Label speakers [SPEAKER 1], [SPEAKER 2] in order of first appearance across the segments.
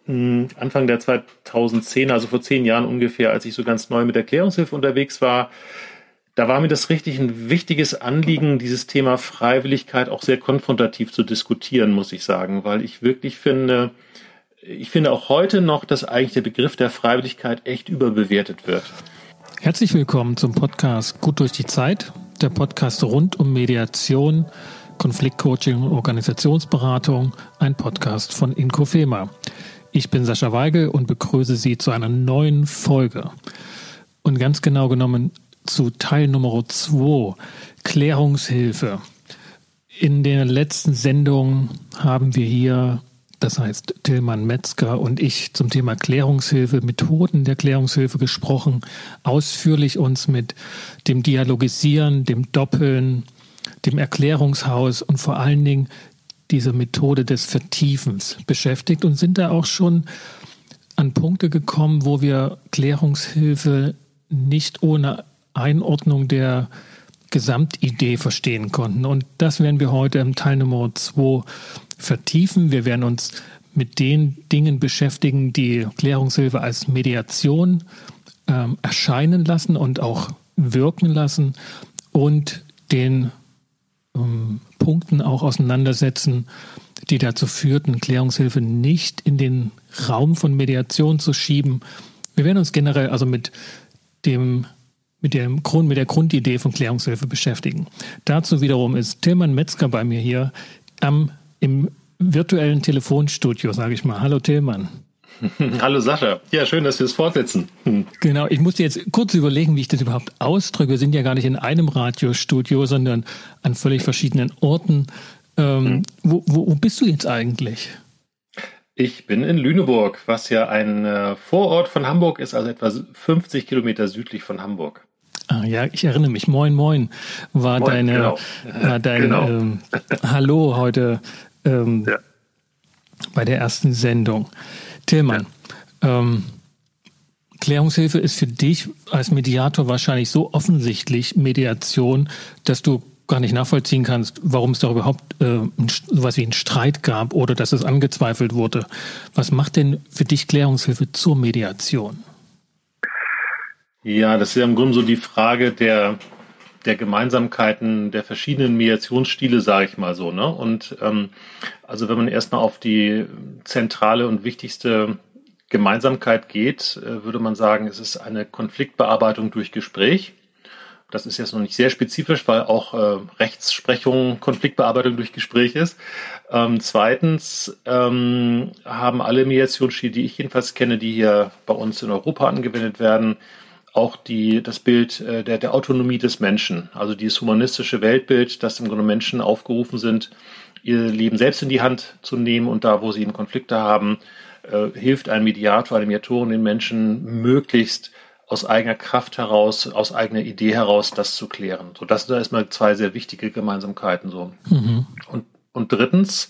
[SPEAKER 1] Anfang der 2010er, also vor 10 Jahren ungefähr, als ich so ganz neu mit der Klärungshilfe unterwegs war, da war mir das richtig ein wichtiges Anliegen, dieses Thema Freiwilligkeit auch sehr konfrontativ zu diskutieren, muss ich sagen, weil ich finde auch heute noch, dass eigentlich der Begriff der Freiwilligkeit echt überbewertet wird.
[SPEAKER 2] Herzlich willkommen zum Podcast Gut durch die Zeit, der Podcast rund um Mediation, Konfliktcoaching und Organisationsberatung, ein Podcast von Inkofema. Ich bin Sascha Weigel und begrüße Sie zu einer neuen Folge. Und ganz genau genommen zu Teil Nummer 2, Klärungshilfe. In der letzten Sendung haben wir hier, das heißt Tillmann Metzger und ich, zum Thema Klärungshilfe, Methoden der Klärungshilfe gesprochen, ausführlich uns mit dem Dialogisieren, dem Doppeln, dem Erklärungshaus und vor allen Dingen dieser Methode des Vertiefens beschäftigt und sind da auch schon an Punkte gekommen, wo wir Klärungshilfe nicht ohne Einordnung der Gesamtidee verstehen konnten. Und das werden wir heute im Teil Nummer 2 vertiefen. Wir werden uns mit den Dingen beschäftigen, die Klärungshilfe als Mediation erscheinen lassen und auch wirken lassen und den Punkten auch auseinandersetzen, die dazu führten, Klärungshilfe nicht in den Raum von Mediation zu schieben. Wir werden uns generell also mit der Grundidee von Klärungshilfe beschäftigen. Dazu wiederum ist Tillmann Metzger bei mir hier im virtuellen Telefonstudio, sage ich mal. Hallo Tillmann.
[SPEAKER 1] Hallo Sascha. Ja, schön, dass wir es fortsetzen.
[SPEAKER 2] Genau, ich musste jetzt kurz überlegen, wie ich das überhaupt ausdrücke. Wir sind ja gar nicht in einem Radiostudio, sondern an völlig verschiedenen Orten. Wo bist du jetzt eigentlich?
[SPEAKER 1] Ich bin in Lüneburg, was ja ein Vorort von Hamburg ist, also etwa 50 Kilometer südlich von Hamburg.
[SPEAKER 2] Ah, ja, ich erinnere mich. Moin, moin war dein genau. Hallo heute bei der ersten Sendung. Tillmann, Klärungshilfe ist für dich als Mediator wahrscheinlich so offensichtlich Mediation, dass du gar nicht nachvollziehen kannst, warum es da überhaupt sowas wie einen Streit gab oder dass es angezweifelt wurde. Was macht denn für dich Klärungshilfe zur Mediation?
[SPEAKER 1] Ja, das ist ja im Grunde so die Frage der Gemeinsamkeiten der verschiedenen Mediationsstile, sage ich mal so, ne? Und also wenn man erstmal auf die zentrale und wichtigste Gemeinsamkeit geht, würde man sagen, es ist eine Konfliktbearbeitung durch Gespräch. Das ist jetzt noch nicht sehr spezifisch, weil auch Rechtsprechung Konfliktbearbeitung durch Gespräch ist. Zweitens haben alle Mediationsstile, die ich jedenfalls kenne, die hier bei uns in Europa angewendet werden, auch das Bild der Autonomie des Menschen, also dieses humanistische Weltbild, dass im Grunde Menschen aufgerufen sind, ihr Leben selbst in die Hand zu nehmen und da, wo sie eben Konflikte haben, hilft ein Mediator, eine Mediatorin den Menschen möglichst aus eigener Kraft heraus, aus eigener Idee heraus, das zu klären. So, das sind erstmal 2 sehr wichtige Gemeinsamkeiten. So. Mhm. Und drittens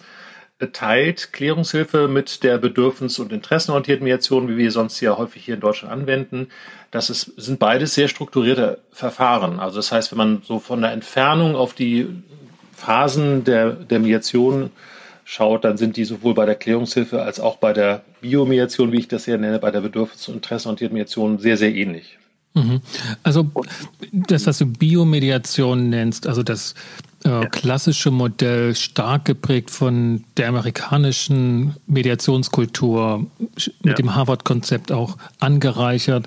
[SPEAKER 1] teilt Klärungshilfe mit der bedürfnis- und interessenorientierten Mediation, wie wir sonst ja häufig hier in Deutschland anwenden. Sind beides sehr strukturierte Verfahren. Also das heißt, wenn man so von der Entfernung auf die Phasen der Mediation schaut, dann sind die sowohl bei der Klärungshilfe als auch bei der Biomediation, wie ich das ja nenne, bei der bedürfnis- und interessenorientierten Mediation sehr, sehr ähnlich.
[SPEAKER 2] Also das, was du Biomediation nennst, also das klassische Modell, stark geprägt von der amerikanischen Mediationskultur, mit dem Harvard-Konzept auch angereichert,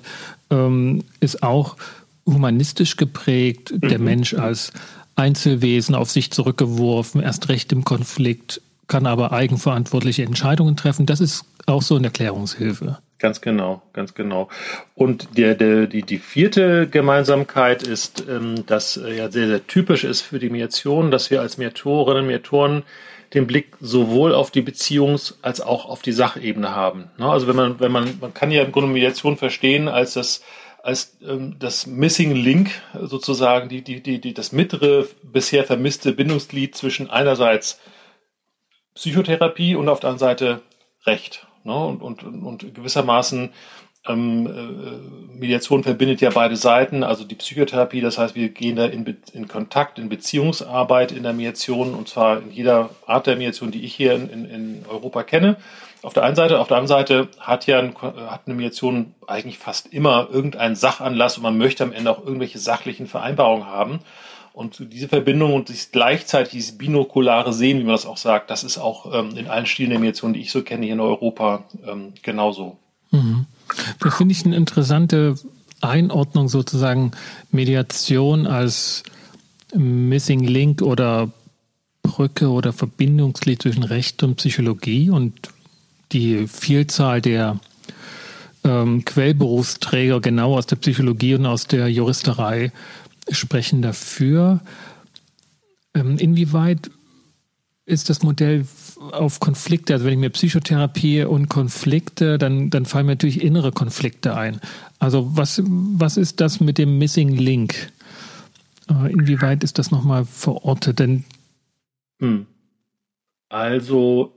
[SPEAKER 2] ist auch humanistisch geprägt, der Mensch als Einzelwesen auf sich zurückgeworfen, erst recht im Konflikt, kann aber eigenverantwortliche Entscheidungen treffen. Das ist auch so in der Klärungshilfe.
[SPEAKER 1] Ganz genau, ganz genau. Und die 4. Gemeinsamkeit ist, dass ja sehr, sehr typisch ist für die Mediation, dass wir als Mediatorinnen und Mediatoren den Blick sowohl auf die Beziehungs- als auch auf die Sachebene haben. Also man kann ja im Grunde Mediation verstehen als das Missing Link sozusagen, das mittlere, bisher vermisste Bindungsglied zwischen einerseits Psychotherapie und auf der anderen Seite Recht. Und gewissermaßen Mediation verbindet ja beide Seiten, also die Psychotherapie, das heißt, wir gehen da in Kontakt, in Beziehungsarbeit in der Mediation, und zwar in jeder Art der Mediation, die ich hier in Europa kenne. Auf der einen Seite, auf der anderen Seite hat eine Mediation eigentlich fast immer irgendeinen Sachanlass und man möchte am Ende auch irgendwelche sachlichen Vereinbarungen haben. Und diese Verbindung und gleichzeitig dieses binokulare Sehen, wie man das auch sagt, das ist auch in allen Stilen der Mediation, die ich so kenne hier in Europa, genauso.
[SPEAKER 2] Mhm. Das finde ich eine interessante Einordnung, sozusagen Mediation als Missing Link oder Brücke oder Verbindungsglied zwischen Recht und Psychologie, und die Vielzahl der Quellberufsträger genau aus der Psychologie und aus der Juristerei sprechen dafür. Inwieweit ist das Modell auf Konflikte, also wenn ich mir Psychotherapie und Konflikte, dann fallen mir natürlich innere Konflikte ein. Also was ist das mit dem Missing Link? Inwieweit ist das nochmal verortet? Denn
[SPEAKER 1] Also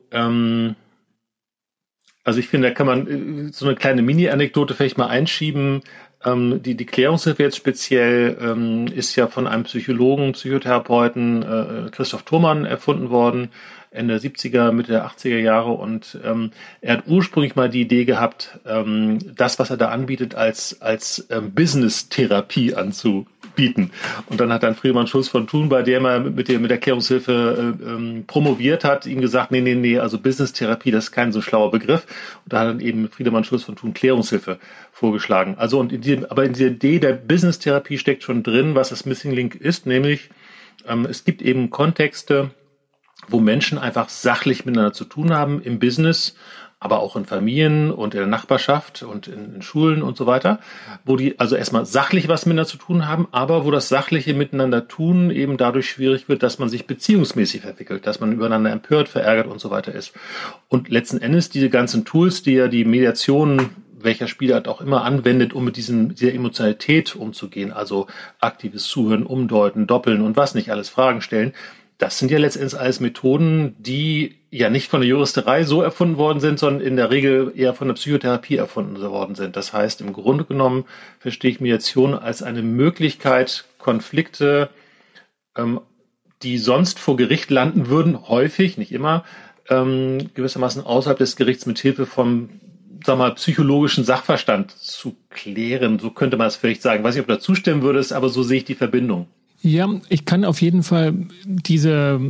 [SPEAKER 1] ich finde, da kann man so eine kleine Mini-Anekdote vielleicht mal einschieben. Die Klärungshilfe jetzt speziell ist ja von einem Psychologen, Christoph Thurmann erfunden worden, Ende der 70er, Mitte der 80er Jahre, und er hat ursprünglich mal die Idee gehabt, das, was er da anbietet, als Business-Therapie anzubieten. Und dann hat dann Friedemann Schulz von Thun, bei dem er mit der Klärungshilfe promoviert hat, ihm gesagt, nee, also Business-Therapie, das ist kein so schlauer Begriff. Und da hat dann eben Friedemann Schulz von Thun Klärungshilfe vorgeschlagen. Also aber in dieser Idee der Business-Therapie steckt schon drin, was das Missing Link ist, nämlich es gibt eben Kontexte, wo Menschen einfach sachlich miteinander zu tun haben, im Business, aber auch in Familien und in der Nachbarschaft und in Schulen und so weiter, wo die also erstmal sachlich was miteinander zu tun haben, aber wo das sachliche Miteinander tun eben dadurch schwierig wird, dass man sich beziehungsmäßig verwickelt, dass man übereinander empört, verärgert und so weiter ist. Und letzten Endes diese ganzen Tools, die ja die Mediation welcher Spielart auch immer anwendet, um mit dieser Emotionalität umzugehen, also aktives Zuhören, Umdeuten, Doppeln und was nicht alles, Fragen stellen, das sind ja letztendlich alles Methoden, die ja nicht von der Juristerei so erfunden worden sind, sondern in der Regel eher von der Psychotherapie erfunden worden sind. Das heißt, im Grunde genommen verstehe ich Mediation als eine Möglichkeit, Konflikte, die sonst vor Gericht landen würden, häufig, nicht immer, gewissermaßen außerhalb des Gerichts mit Hilfe vom, psychologischen Sachverstand zu klären. So könnte man es vielleicht sagen. Ich weiß nicht, ob du da zustimmen würdest, aber so sehe ich die Verbindung.
[SPEAKER 2] Ja, ich kann auf jeden Fall diese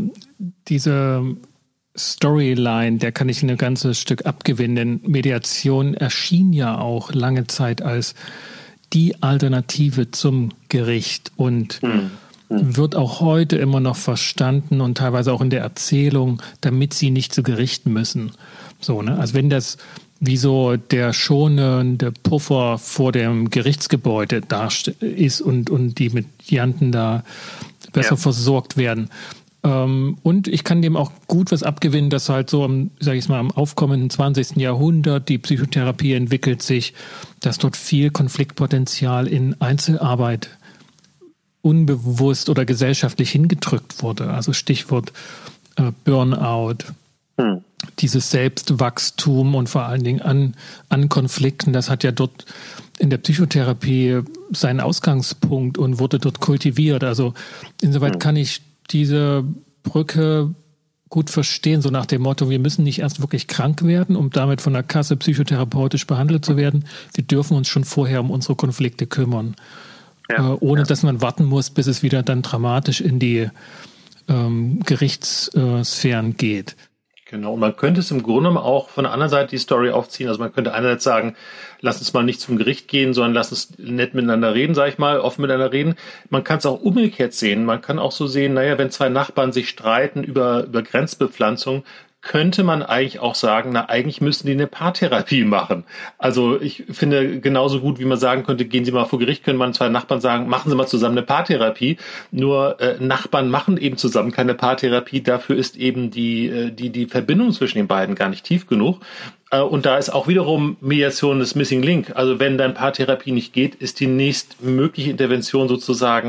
[SPEAKER 2] Storyline, der kann ich ein ganzes Stück abgewinnen, denn Mediation erschien ja auch lange Zeit als die Alternative zum Gericht und wird auch heute immer noch verstanden und teilweise auch in der Erzählung, damit sie nicht zu Gericht müssen. So, ne? Also wenn das wie so der schonende Puffer vor dem Gerichtsgebäude ist und die Medianten da besser versorgt werden. Und ich kann dem auch gut was abgewinnen, dass halt so am aufkommenden 20. Jahrhundert die Psychotherapie entwickelt sich, dass dort viel Konfliktpotenzial in Einzelarbeit unbewusst oder gesellschaftlich hingedrückt wurde. Also Stichwort Burnout. Dieses Selbstwachstum und vor allen Dingen an Konflikten, das hat ja dort in der Psychotherapie seinen Ausgangspunkt und wurde dort kultiviert. Also insoweit kann ich diese Brücke gut verstehen, so nach dem Motto, wir müssen nicht erst wirklich krank werden, um damit von der Kasse psychotherapeutisch behandelt zu werden. Wir dürfen uns schon vorher um unsere Konflikte kümmern, ohne dass man warten muss, bis es wieder dann dramatisch in die Gerichtssphären geht.
[SPEAKER 1] Genau, und man könnte es im Grunde genommen auch von der anderen Seite die Story aufziehen. Also man könnte einerseits sagen, lass uns mal nicht zum Gericht gehen, sondern lass uns nett miteinander reden, sag ich mal, offen miteinander reden. Man kann es auch umgekehrt sehen. Man kann auch so sehen, wenn zwei Nachbarn sich streiten über Grenzbepflanzung, könnte man eigentlich auch sagen, eigentlich müssten die eine Paartherapie machen. Also ich finde genauso gut, wie man sagen könnte, gehen Sie mal vor Gericht, können man zwei Nachbarn sagen, machen Sie mal zusammen eine Paartherapie. Nur Nachbarn machen eben zusammen keine Paartherapie. Dafür ist eben die Verbindung zwischen den beiden gar nicht tief genug. Und da ist auch wiederum Mediation das Missing Link. Also wenn dann Paartherapie nicht geht, ist die nächstmögliche Intervention sozusagen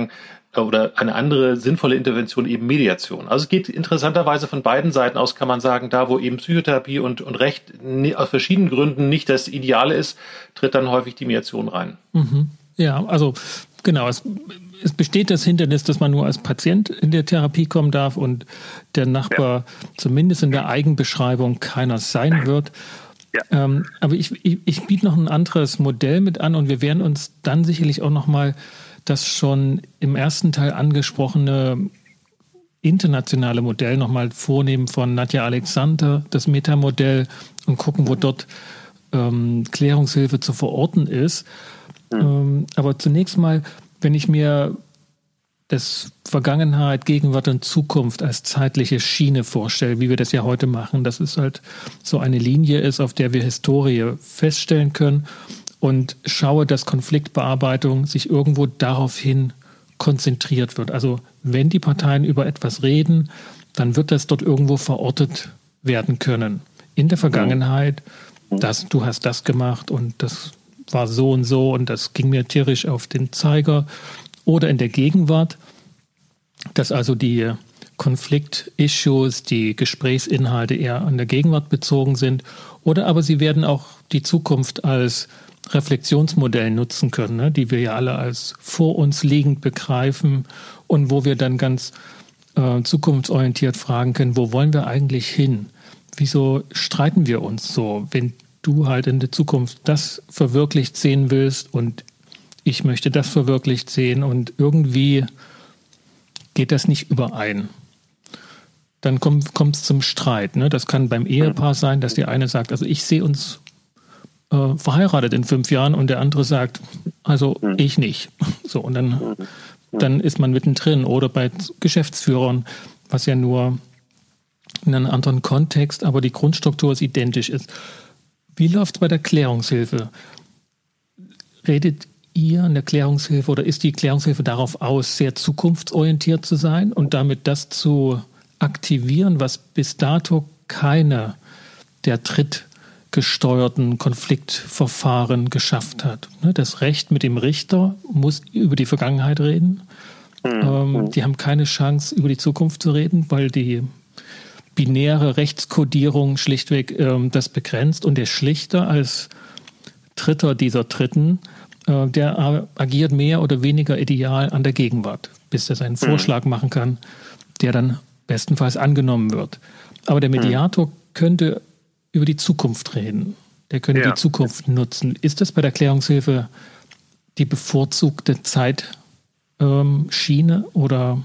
[SPEAKER 1] oder eine andere sinnvolle Intervention eben Mediation. Also es geht interessanterweise von beiden Seiten aus, kann man sagen, da wo eben Psychotherapie und Recht aus verschiedenen Gründen nicht das Ideale ist, tritt dann häufig die Mediation rein.
[SPEAKER 2] Ja, also genau, es besteht das Hindernis, dass man nur als Patient in der Therapie kommen darf und der Nachbar zumindest in der Eigenbeschreibung keiner sein wird. Ja. Aber ich biete noch ein anderes Modell mit an und wir werden uns dann sicherlich auch nochmal das schon im ersten Teil angesprochene internationale Modell nochmal vornehmen von Nadja Alexander, das Metamodell, und gucken, wo dort Klärungshilfe zu verorten ist. Aber zunächst mal, wenn ich mir das Vergangenheit, Gegenwart und Zukunft als zeitliche Schiene vorstelle, wie wir das ja heute machen, dass es halt so eine Linie ist, auf der wir Historie feststellen können, und schaue, dass Konfliktbearbeitung sich irgendwo daraufhin konzentriert wird. Also wenn die Parteien über etwas reden, dann wird das dort irgendwo verortet werden können. In der Vergangenheit, du hast das gemacht und das war so und das ging mir tierisch auf den Zeiger. Oder in der Gegenwart, dass also die Konflikt-Issues, die Gesprächsinhalte eher an der Gegenwart bezogen sind. Oder aber sie werden auch die Zukunft als Reflexionsmodell nutzen können, ne, die wir ja alle als vor uns liegend begreifen und wo wir dann ganz zukunftsorientiert fragen können, wo wollen wir eigentlich hin? Wieso streiten wir uns so, wenn du halt in der Zukunft das verwirklicht sehen willst und ich möchte das verwirklicht sehen und irgendwie geht das nicht überein. Dann kommt es zum Streit. Ne? Das kann beim Ehepaar sein, dass die eine sagt, also ich sehe uns verheiratet in 5 Jahren und der andere sagt, also ich nicht. So, und dann ist man mittendrin. Oder bei Geschäftsführern, was ja nur in einem anderen Kontext, aber die Grundstruktur ist identisch ist. Wie läuft es bei der Klärungshilfe? Redet ihr in der Klärungshilfe oder ist die Klärungshilfe darauf aus, sehr zukunftsorientiert zu sein und damit das zu aktivieren, was bis dato keine der drittgesteuerten Konfliktverfahren geschafft hat? Das Recht mit dem Richter muss über die Vergangenheit reden. Die haben keine Chance, über die Zukunft zu reden, weil die binäre Rechtskodierung schlichtweg das begrenzt. Und der Schlichter als Dritter dieser Dritten, der agiert mehr oder weniger ideal an der Gegenwart, bis er seinen Vorschlag machen kann, der dann bestenfalls angenommen wird. Aber der Mediator könnte über die Zukunft reden. Der könnte die Zukunft nutzen. Ist das bei der Klärungshilfe die bevorzugte Zeitschiene oder?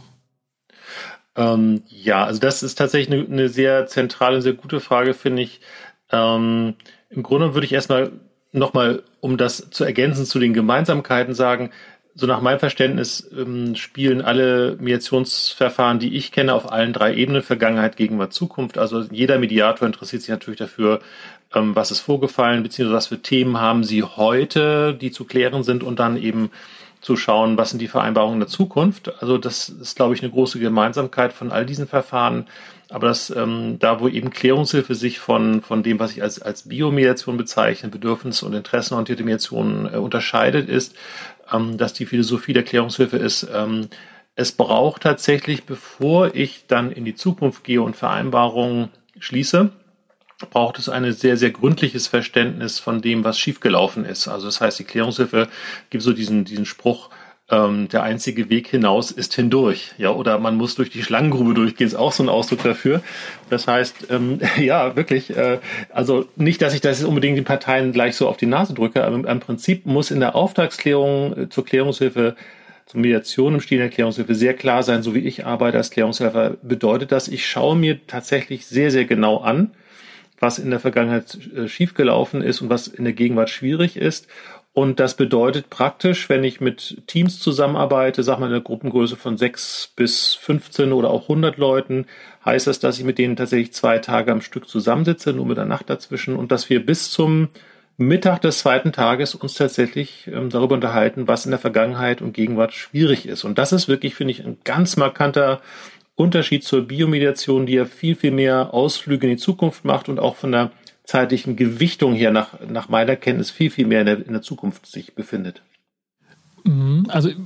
[SPEAKER 1] Ja, also das ist tatsächlich eine sehr zentrale, sehr gute Frage, finde ich. Im Grunde würde ich erstmal nochmal, um das zu ergänzen zu den Gemeinsamkeiten sagen, so nach meinem Verständnis spielen alle Mediationsverfahren, die ich kenne, auf allen 3 Ebenen, Vergangenheit, Gegenwart, Zukunft. Also jeder Mediator interessiert sich natürlich dafür, was ist vorgefallen, beziehungsweise was für Themen haben sie heute, die zu klären sind, und dann eben zu schauen, was sind die Vereinbarungen der Zukunft. Also das ist, glaube ich, eine große Gemeinsamkeit von all diesen Verfahren. Aber das, da wo eben Klärungshilfe sich von dem, was ich als Biomediation bezeichne, bedürfnis- und interessenorientierte Mediation unterscheidet, ist, dass die Philosophie der Klärungshilfe ist, es braucht tatsächlich, bevor ich dann in die Zukunft gehe und Vereinbarungen schließe, braucht es ein sehr, sehr gründliches Verständnis von dem, was schiefgelaufen ist. Also das heißt, die Klärungshilfe gibt so diesen Spruch, der einzige Weg hinaus ist hindurch. Ja, oder man muss durch die Schlangengrube durchgehen, ist auch so ein Ausdruck dafür. Das heißt, ja, wirklich, also nicht, dass ich das unbedingt den Parteien gleich so auf die Nase drücke, aber im Prinzip muss in der Auftragsklärung zur Klärungshilfe, zur Mediation im Stil der Klärungshilfe sehr klar sein, so wie ich arbeite als Klärungshelfer, bedeutet das, ich schaue mir tatsächlich sehr, sehr genau an, was in der Vergangenheit schiefgelaufen ist und was in der Gegenwart schwierig ist. Und das bedeutet praktisch, wenn ich mit Teams zusammenarbeite, sag mal in einer Gruppengröße von 6 bis 15 oder auch 100 Leuten, heißt das, dass ich mit denen tatsächlich 2 Tage am Stück zusammensitze, nur mit der Nacht dazwischen, und dass wir bis zum Mittag des 2. Tages uns tatsächlich darüber unterhalten, was in der Vergangenheit und Gegenwart schwierig ist. Und das ist wirklich, finde ich, ein ganz markanter Unterschied zur Biomediation, die ja viel, viel mehr Ausflüge in die Zukunft macht und auch von der zeitlichen Gewichtung her nach meiner Kenntnis viel, viel mehr in der Zukunft sich befindet.
[SPEAKER 2] Also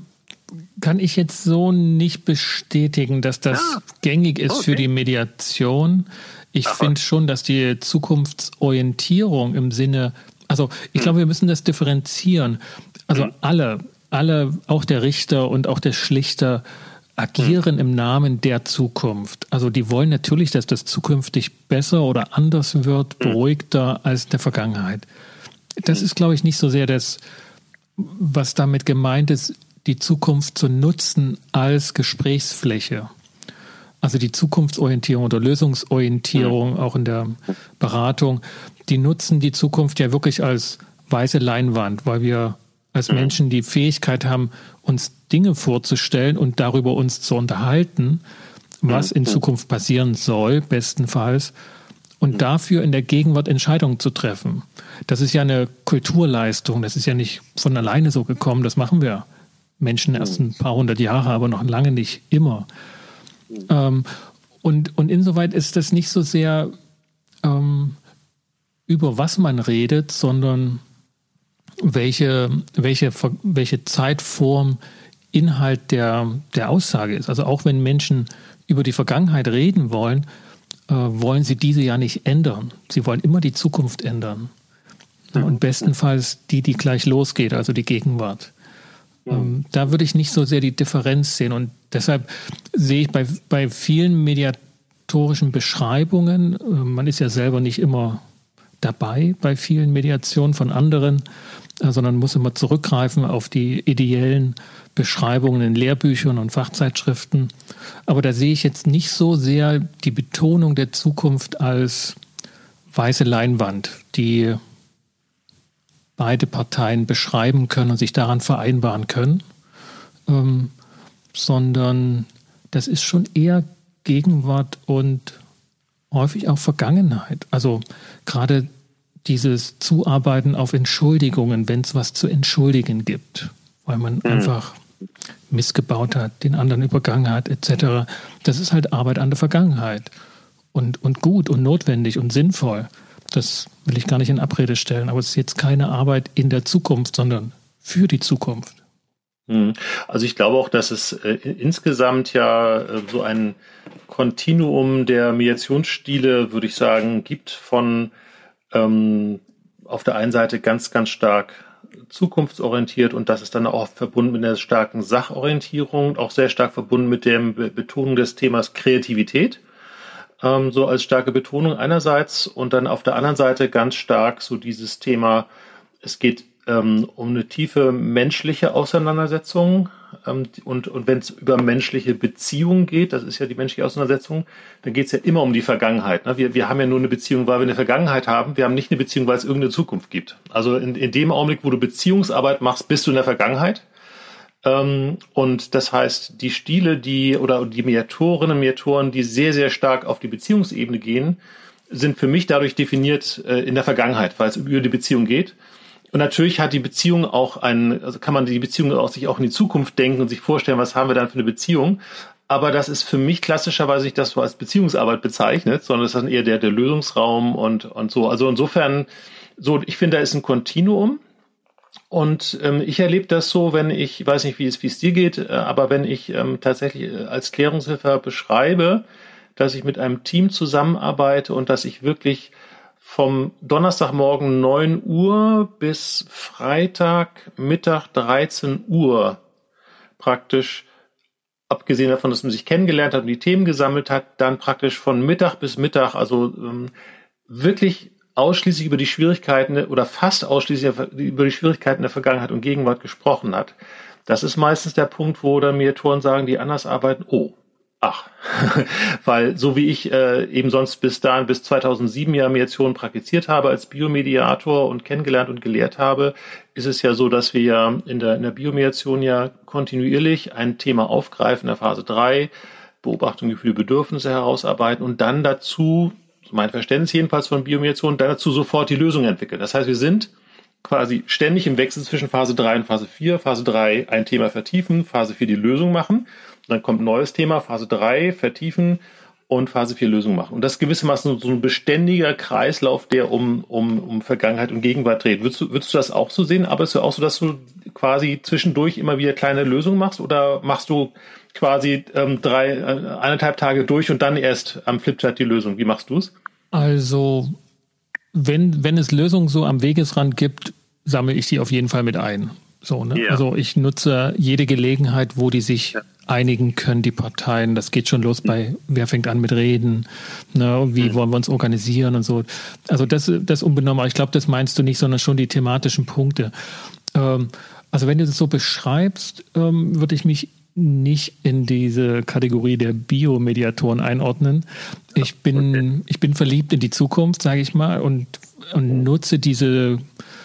[SPEAKER 2] kann ich jetzt so nicht bestätigen, dass das gängig ist für die Mediation. Ich finde schon, dass die Zukunftsorientierung im Sinne, also ich glaube, wir müssen das differenzieren. Also alle, auch der Richter und auch der Schlichter agieren im Namen der Zukunft. Also die wollen natürlich, dass das zukünftig besser oder anders wird, beruhigter als in der Vergangenheit. Das ist, glaube ich, nicht so sehr das, was damit gemeint ist, die Zukunft zu nutzen als Gesprächsfläche. Also die Zukunftsorientierung oder Lösungsorientierung auch in der Beratung, die nutzen die Zukunft ja wirklich als weiße Leinwand, weil wir als Menschen die Fähigkeit haben, uns Dinge vorzustellen und darüber uns zu unterhalten, was in Zukunft passieren soll, bestenfalls, und dafür in der Gegenwart Entscheidungen zu treffen. Das ist ja eine Kulturleistung, das ist ja nicht von alleine so gekommen, das machen wir Menschen erst ein paar hundert Jahre, aber noch lange nicht immer. Und insoweit ist das nicht so sehr über was man redet, sondern welche Zeitform Inhalt der Aussage ist. Also auch wenn Menschen über die Vergangenheit reden wollen, wollen sie diese ja nicht ändern. Sie wollen immer die Zukunft ändern. Und bestenfalls die gleich losgeht, also die Gegenwart. Da würde ich nicht so sehr die Differenz sehen. Und deshalb sehe ich bei vielen mediatorischen Beschreibungen, man ist ja selber nicht immer dabei bei vielen Mediationen von anderen, sondern muss immer zurückgreifen auf die ideellen Beschreibungen in Lehrbüchern und Fachzeitschriften. Aber da sehe ich jetzt nicht so sehr die Betonung der Zukunft als weiße Leinwand, die beide Parteien beschreiben können und sich daran vereinbaren können, sondern das ist schon eher Gegenwart und häufig auch Vergangenheit. Also gerade dieses Zuarbeiten auf Entschuldigungen, wenn es was zu entschuldigen gibt, weil man einfach missgebaut hat, den anderen übergangen hat, etc. Das ist halt Arbeit an der Vergangenheit und gut und notwendig und sinnvoll. Das will ich gar nicht in Abrede stellen, aber es ist jetzt keine Arbeit in der Zukunft, sondern für die Zukunft.
[SPEAKER 1] Also ich glaube auch, dass es insgesamt ja so ein Kontinuum der Mediationsstile, würde ich sagen, gibt von auf der einen Seite ganz, ganz stark zukunftsorientiert und das ist dann auch verbunden mit einer starken Sachorientierung, auch sehr stark verbunden mit der Betonung des Themas Kreativität, so als starke Betonung einerseits und dann auf der anderen Seite ganz stark so dieses Thema, es geht um eine tiefe menschliche Auseinandersetzung und wenn es über menschliche Beziehungen geht, das ist ja die menschliche Auseinandersetzung, dann geht es ja immer um die Vergangenheit. Ne? Wir haben ja nur eine Beziehung, weil wir eine Vergangenheit haben. Wir haben nicht eine Beziehung, weil es irgendeine Zukunft gibt. Also in dem Augenblick, wo du Beziehungsarbeit machst, bist du in der Vergangenheit. Und das heißt, die Stile, die Mediatorinnen und Mediatoren, die sehr, sehr stark auf die Beziehungsebene gehen, sind für mich dadurch definiert in der Vergangenheit, weil es über die Beziehung geht. Und natürlich hat die Beziehung auch kann man die Beziehung auch sich auch in die Zukunft denken und sich vorstellen, was haben wir dann für eine Beziehung. Aber das ist für mich klassischerweise nicht das, so als Beziehungsarbeit bezeichnet, sondern das ist dann eher der Lösungsraum und so. Also insofern, so, ich finde, da ist ein Kontinuum. Und ich erlebe das so, wenn ich weiß nicht, wie es dir geht, aber wenn ich tatsächlich als Klärungshilfe beschreibe, dass ich mit einem Team zusammenarbeite und dass ich wirklich vom Donnerstagmorgen 9 Uhr bis Freitagmittag 13 Uhr praktisch, abgesehen davon, dass man sich kennengelernt hat und die Themen gesammelt hat, dann praktisch von Mittag bis Mittag, also wirklich ausschließlich über die Schwierigkeiten oder fast ausschließlich über die Schwierigkeiten der Vergangenheit und Gegenwart gesprochen hat. Das ist meistens der Punkt, wo dann Mediatoren sagen, die anders arbeiten, weil so wie ich eben sonst bis 2007 ja Mediation praktiziert habe als Biomediator und kennengelernt und gelehrt habe, ist es ja so, dass wir ja in der Biomediation ja kontinuierlich ein Thema aufgreifen in der Phase 3, Beobachtung, Gefühle, Bedürfnisse herausarbeiten und dann dazu, mein Verständnis jedenfalls von Biomediation, dann dazu sofort die Lösung entwickeln. Das heißt, wir sind quasi ständig im Wechsel zwischen Phase 3 und Phase 4. Phase 3 ein Thema vertiefen, Phase 4 die Lösung machen. Dann kommt ein neues Thema, Phase 3 vertiefen und Phase 4 Lösung machen. Und das ist gewissermaßen so ein beständiger Kreislauf, der um Vergangenheit und Gegenwart dreht. Würdest du das auch so sehen? Aber ist es auch so, dass du quasi zwischendurch immer wieder kleine Lösungen machst? Oder machst du quasi 1,5 Tage durch und dann erst am Flipchart die Lösung? Wie machst du es?
[SPEAKER 2] Also, wenn es Lösungen so am Wegesrand gibt, sammle ich die auf jeden Fall mit ein. So, ne? Ja. Also ich nutze jede Gelegenheit, wo die sich einigen können, die Parteien. Das geht schon los bei, wer fängt an mit Reden, ne? Wie wollen wir uns organisieren und so. Also das unbenommen, aber ich glaube, das meinst du nicht, sondern schon die thematischen Punkte. Also wenn du das so beschreibst, würde ich mich nicht in diese Kategorie der Biomediatoren einordnen. Ich bin verliebt in die Zukunft, sage ich mal, und nutze dieses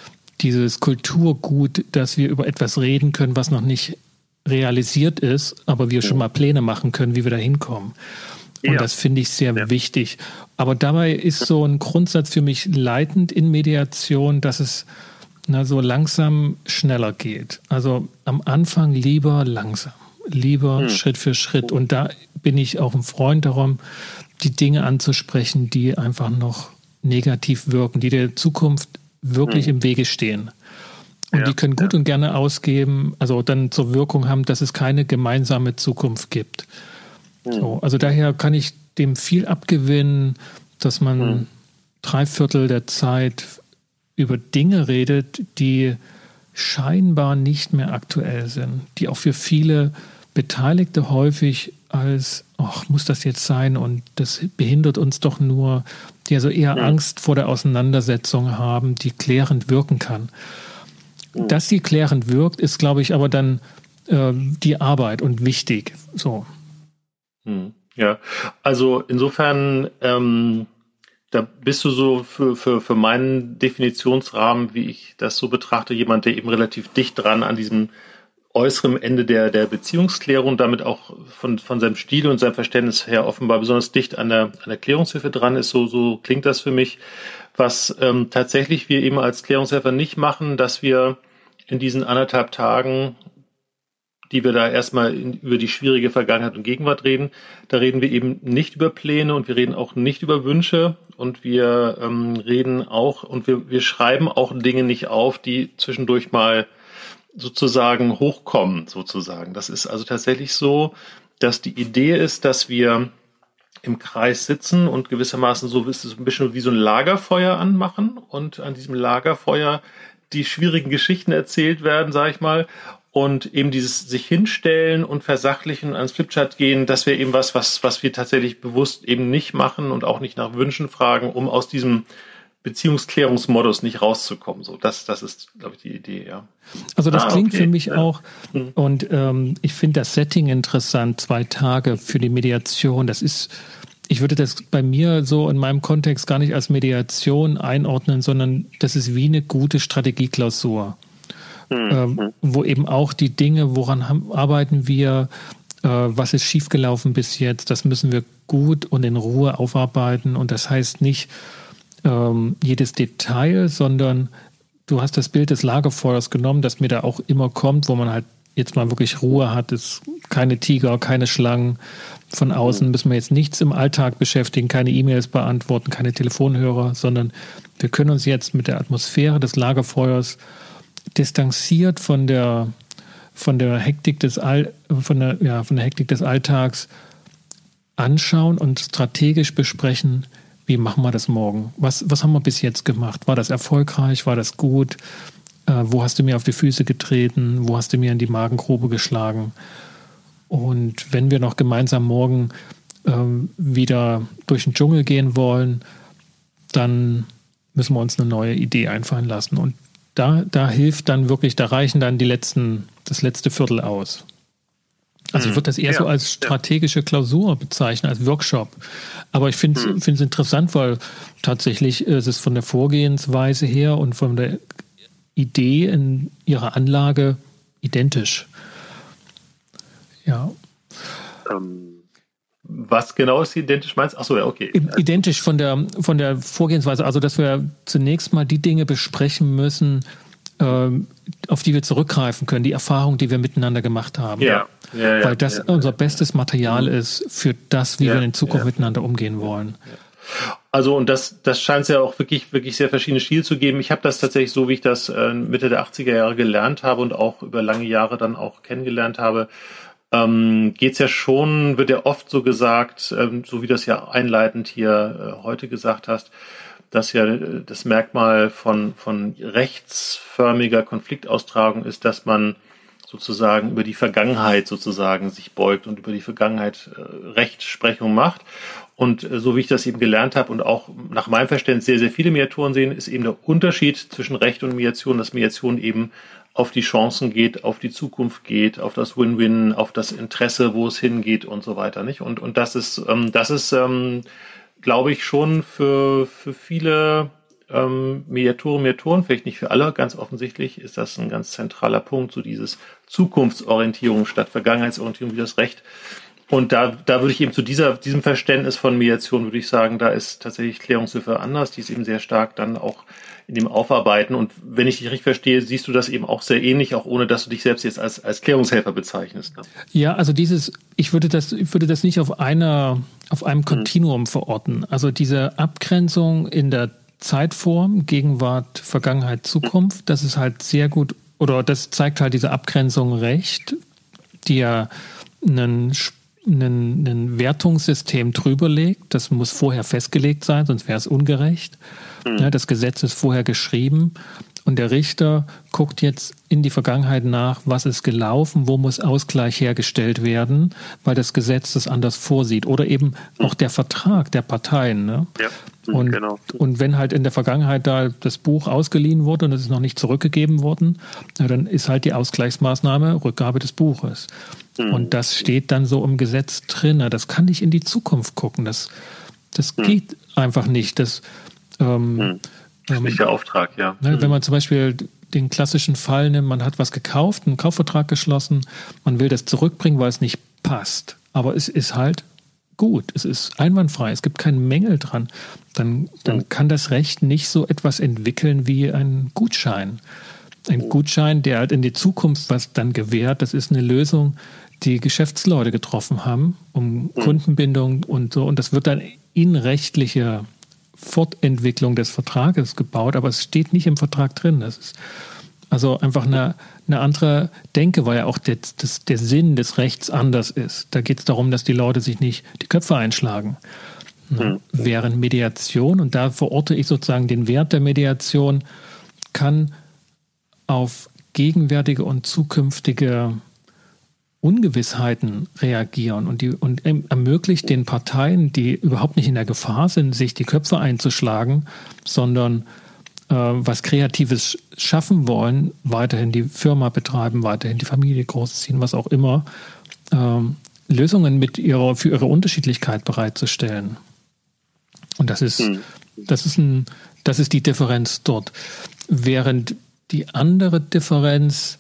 [SPEAKER 2] Kulturgut, dass wir über etwas reden können, was noch nicht realisiert ist, aber wir schon mal Pläne machen können, wie wir da hinkommen. Und das finde ich sehr wichtig. Aber dabei ist so ein Grundsatz für mich leitend in Mediation, dass es so langsam schneller geht. Also am Anfang lieber langsam, lieber Schritt für Schritt. Und da bin ich auch ein Freund darum, die Dinge anzusprechen, die einfach noch negativ wirken, die der Zukunft wirklich im Wege stehen. Und die können gut und gerne ausgeben, also dann zur Wirkung haben, dass es keine gemeinsame Zukunft gibt. So, also daher kann ich dem viel abgewinnen, dass man 3/4 der Zeit über Dinge redet, die scheinbar nicht mehr aktuell sind, die auch für viele Beteiligte häufig als, ach, muss das jetzt sein und das behindert uns doch nur, die also eher Angst vor der Auseinandersetzung haben, die klärend wirken kann. Dass die klärend wirkt, ist, glaube ich, aber dann die Arbeit und wichtig. So.
[SPEAKER 1] Ja, also insofern, da bist du so für meinen Definitionsrahmen, wie ich das so betrachte, jemand, der eben relativ dicht dran an diesem äußeren Ende der Beziehungsklärung, damit auch von seinem Stil und seinem Verständnis her offenbar besonders dicht an der Klärungshilfe dran ist. So klingt das für mich. Was tatsächlich wir eben als Klärungshelfer nicht machen, dass wir in diesen 1,5 Tagen, die wir da erstmal über die schwierige Vergangenheit und Gegenwart reden, da reden wir eben nicht über Pläne und wir reden auch nicht über Wünsche und wir reden auch und wir schreiben auch Dinge nicht auf, die zwischendurch mal sozusagen hochkommen, sozusagen. Das ist also tatsächlich so, dass die Idee ist, dass wir im Kreis sitzen und gewissermaßen so ist es ein bisschen wie so ein Lagerfeuer anmachen und an diesem Lagerfeuer die schwierigen Geschichten erzählt werden, sage ich mal, und eben dieses sich hinstellen und versachlichen, ans Flipchart gehen, das wäre eben was wir tatsächlich bewusst eben nicht machen und auch nicht nach Wünschen fragen, um aus diesem Beziehungsklärungsmodus nicht rauszukommen. So, das ist, glaube ich, die Idee, ja.
[SPEAKER 2] Also das klingt für mich auch, und ich finde das Setting interessant, 2 Tage für die Mediation. Das ist, ich würde das bei mir so in meinem Kontext gar nicht als Mediation einordnen, sondern das ist wie eine gute Strategieklausur, wo eben auch die Dinge, woran arbeiten wir, was ist schiefgelaufen bis jetzt, das müssen wir gut und in Ruhe aufarbeiten. Und das heißt nicht jedes Detail, sondern du hast das Bild des Lagerfeuers genommen, das mir da auch immer kommt, wo man halt jetzt mal wirklich Ruhe hat, ist keine Tiger, keine Schlangen. Von außen müssen wir jetzt nichts im Alltag beschäftigen, keine E-Mails beantworten, keine Telefonhörer, sondern wir können uns jetzt mit der Atmosphäre des Lagerfeuers distanziert von der Hektik des Hektik des Alltags anschauen und strategisch besprechen, wie machen wir das morgen? Was haben wir bis jetzt gemacht? War das erfolgreich? War das gut? Wo hast du mir auf die Füße getreten? Wo hast du mir in die Magengrube geschlagen? Und wenn wir noch gemeinsam morgen wieder durch den Dschungel gehen wollen, dann müssen wir uns eine neue Idee einfallen lassen. Und da hilft dann wirklich, da reichen dann das letzte Viertel aus. Also ich würde das eher so als strategische Klausur bezeichnen, als Workshop. Aber ich finde es interessant, weil tatsächlich ist es von der Vorgehensweise her und von der Idee in ihrer Anlage identisch. Ja.
[SPEAKER 1] Was genau ist identisch meinst? Achso, ja, okay.
[SPEAKER 2] Identisch von der Vorgehensweise. Also, dass wir zunächst mal die Dinge besprechen müssen, auf die wir zurückgreifen können, die Erfahrung, die wir miteinander gemacht haben. Weil das unser bestes Material ist für das, wie wir in Zukunft miteinander umgehen wollen.
[SPEAKER 1] Also und das scheint es ja auch wirklich sehr verschiedene Stile zu geben. Ich habe das tatsächlich so, wie ich das Mitte der 80er Jahre gelernt habe und auch über lange Jahre dann auch kennengelernt habe, geht's ja schon, wird ja oft so gesagt, so wie das ja einleitend hier heute gesagt hast, dass ja das Merkmal von rechtsförmiger Konfliktaustragung ist, dass man sozusagen über die Vergangenheit sozusagen sich beugt und über die Vergangenheit Rechtsprechung macht. Und so wie ich das eben gelernt habe und auch nach meinem Verständnis sehr, sehr viele Mediatoren sehen, ist eben der Unterschied zwischen Recht und Mediation, dass Mediation eben auf die Chancen geht, auf die Zukunft geht, auf das Win-Win, auf das Interesse, wo es hingeht und so weiter, nicht? Und das ist, glaube ich, schon für viele Mediatoren, vielleicht nicht für alle, ganz offensichtlich ist das ein ganz zentraler Punkt, so dieses Zukunftsorientierung statt Vergangenheitsorientierung wie das Recht. Und da würde ich eben zu diesem Verständnis von Mediation, würde ich sagen, da ist tatsächlich Klärungshilfe anders, die ist eben sehr stark dann auch in dem Aufarbeiten. Und wenn ich dich richtig verstehe, siehst du das eben auch sehr ähnlich, auch ohne dass du dich selbst jetzt als Klärungshelfer bezeichnest. Ne?
[SPEAKER 2] Ja, also ich würde das nicht auf einem Kontinuum verorten. Also diese Abgrenzung in der Zeitform, Gegenwart, Vergangenheit, Zukunft, das ist halt sehr gut, oder das zeigt halt diese Abgrenzung Recht, die ja ein Wertungssystem drüber legt. Das muss vorher festgelegt sein, sonst wäre es ungerecht. Ja, das Gesetz ist vorher geschrieben und der Richter guckt jetzt in die Vergangenheit nach, was ist gelaufen, wo muss Ausgleich hergestellt werden, weil das Gesetz das anders vorsieht. Oder eben auch der Vertrag der Parteien. Ne? Ja. Und wenn halt in der Vergangenheit da das Buch ausgeliehen wurde und es ist noch nicht zurückgegeben worden, dann ist halt die Ausgleichsmaßnahme Rückgabe des Buches. Und das steht dann so im Gesetz drin. Das kann nicht in die Zukunft gucken. Das geht einfach nicht. Das
[SPEAKER 1] ist nicht der Auftrag, ja.
[SPEAKER 2] Wenn man zum Beispiel den klassischen Fall nimmt, man hat was gekauft, einen Kaufvertrag geschlossen, man will das zurückbringen, weil es nicht passt. Aber es ist halt gut, es ist einwandfrei, es gibt keinen Mängel dran. Dann kann das Recht nicht so etwas entwickeln wie ein Gutschein. Ein Gutschein, der halt in die Zukunft was dann gewährt, das ist eine Lösung, die Geschäftsleute getroffen haben, um Kundenbindung und so. Und das wird dann in rechtliche Fortentwicklung des Vertrages gebaut, aber es steht nicht im Vertrag drin. Das ist also einfach eine andere Denke, weil ja auch der Sinn des Rechts anders ist. Da geht es darum, dass die Leute sich nicht die Köpfe einschlagen. Während Mediation, und da verorte ich sozusagen den Wert der Mediation, kann auf gegenwärtige und zukünftige Ungewissheiten reagieren und ermöglicht den Parteien, die überhaupt nicht in der Gefahr sind, sich die Köpfe einzuschlagen, sondern was Kreatives schaffen wollen, weiterhin die Firma betreiben, weiterhin die Familie großziehen, was auch immer, Lösungen für ihre Unterschiedlichkeit bereitzustellen. Und das ist die Differenz dort. Während die andere Differenz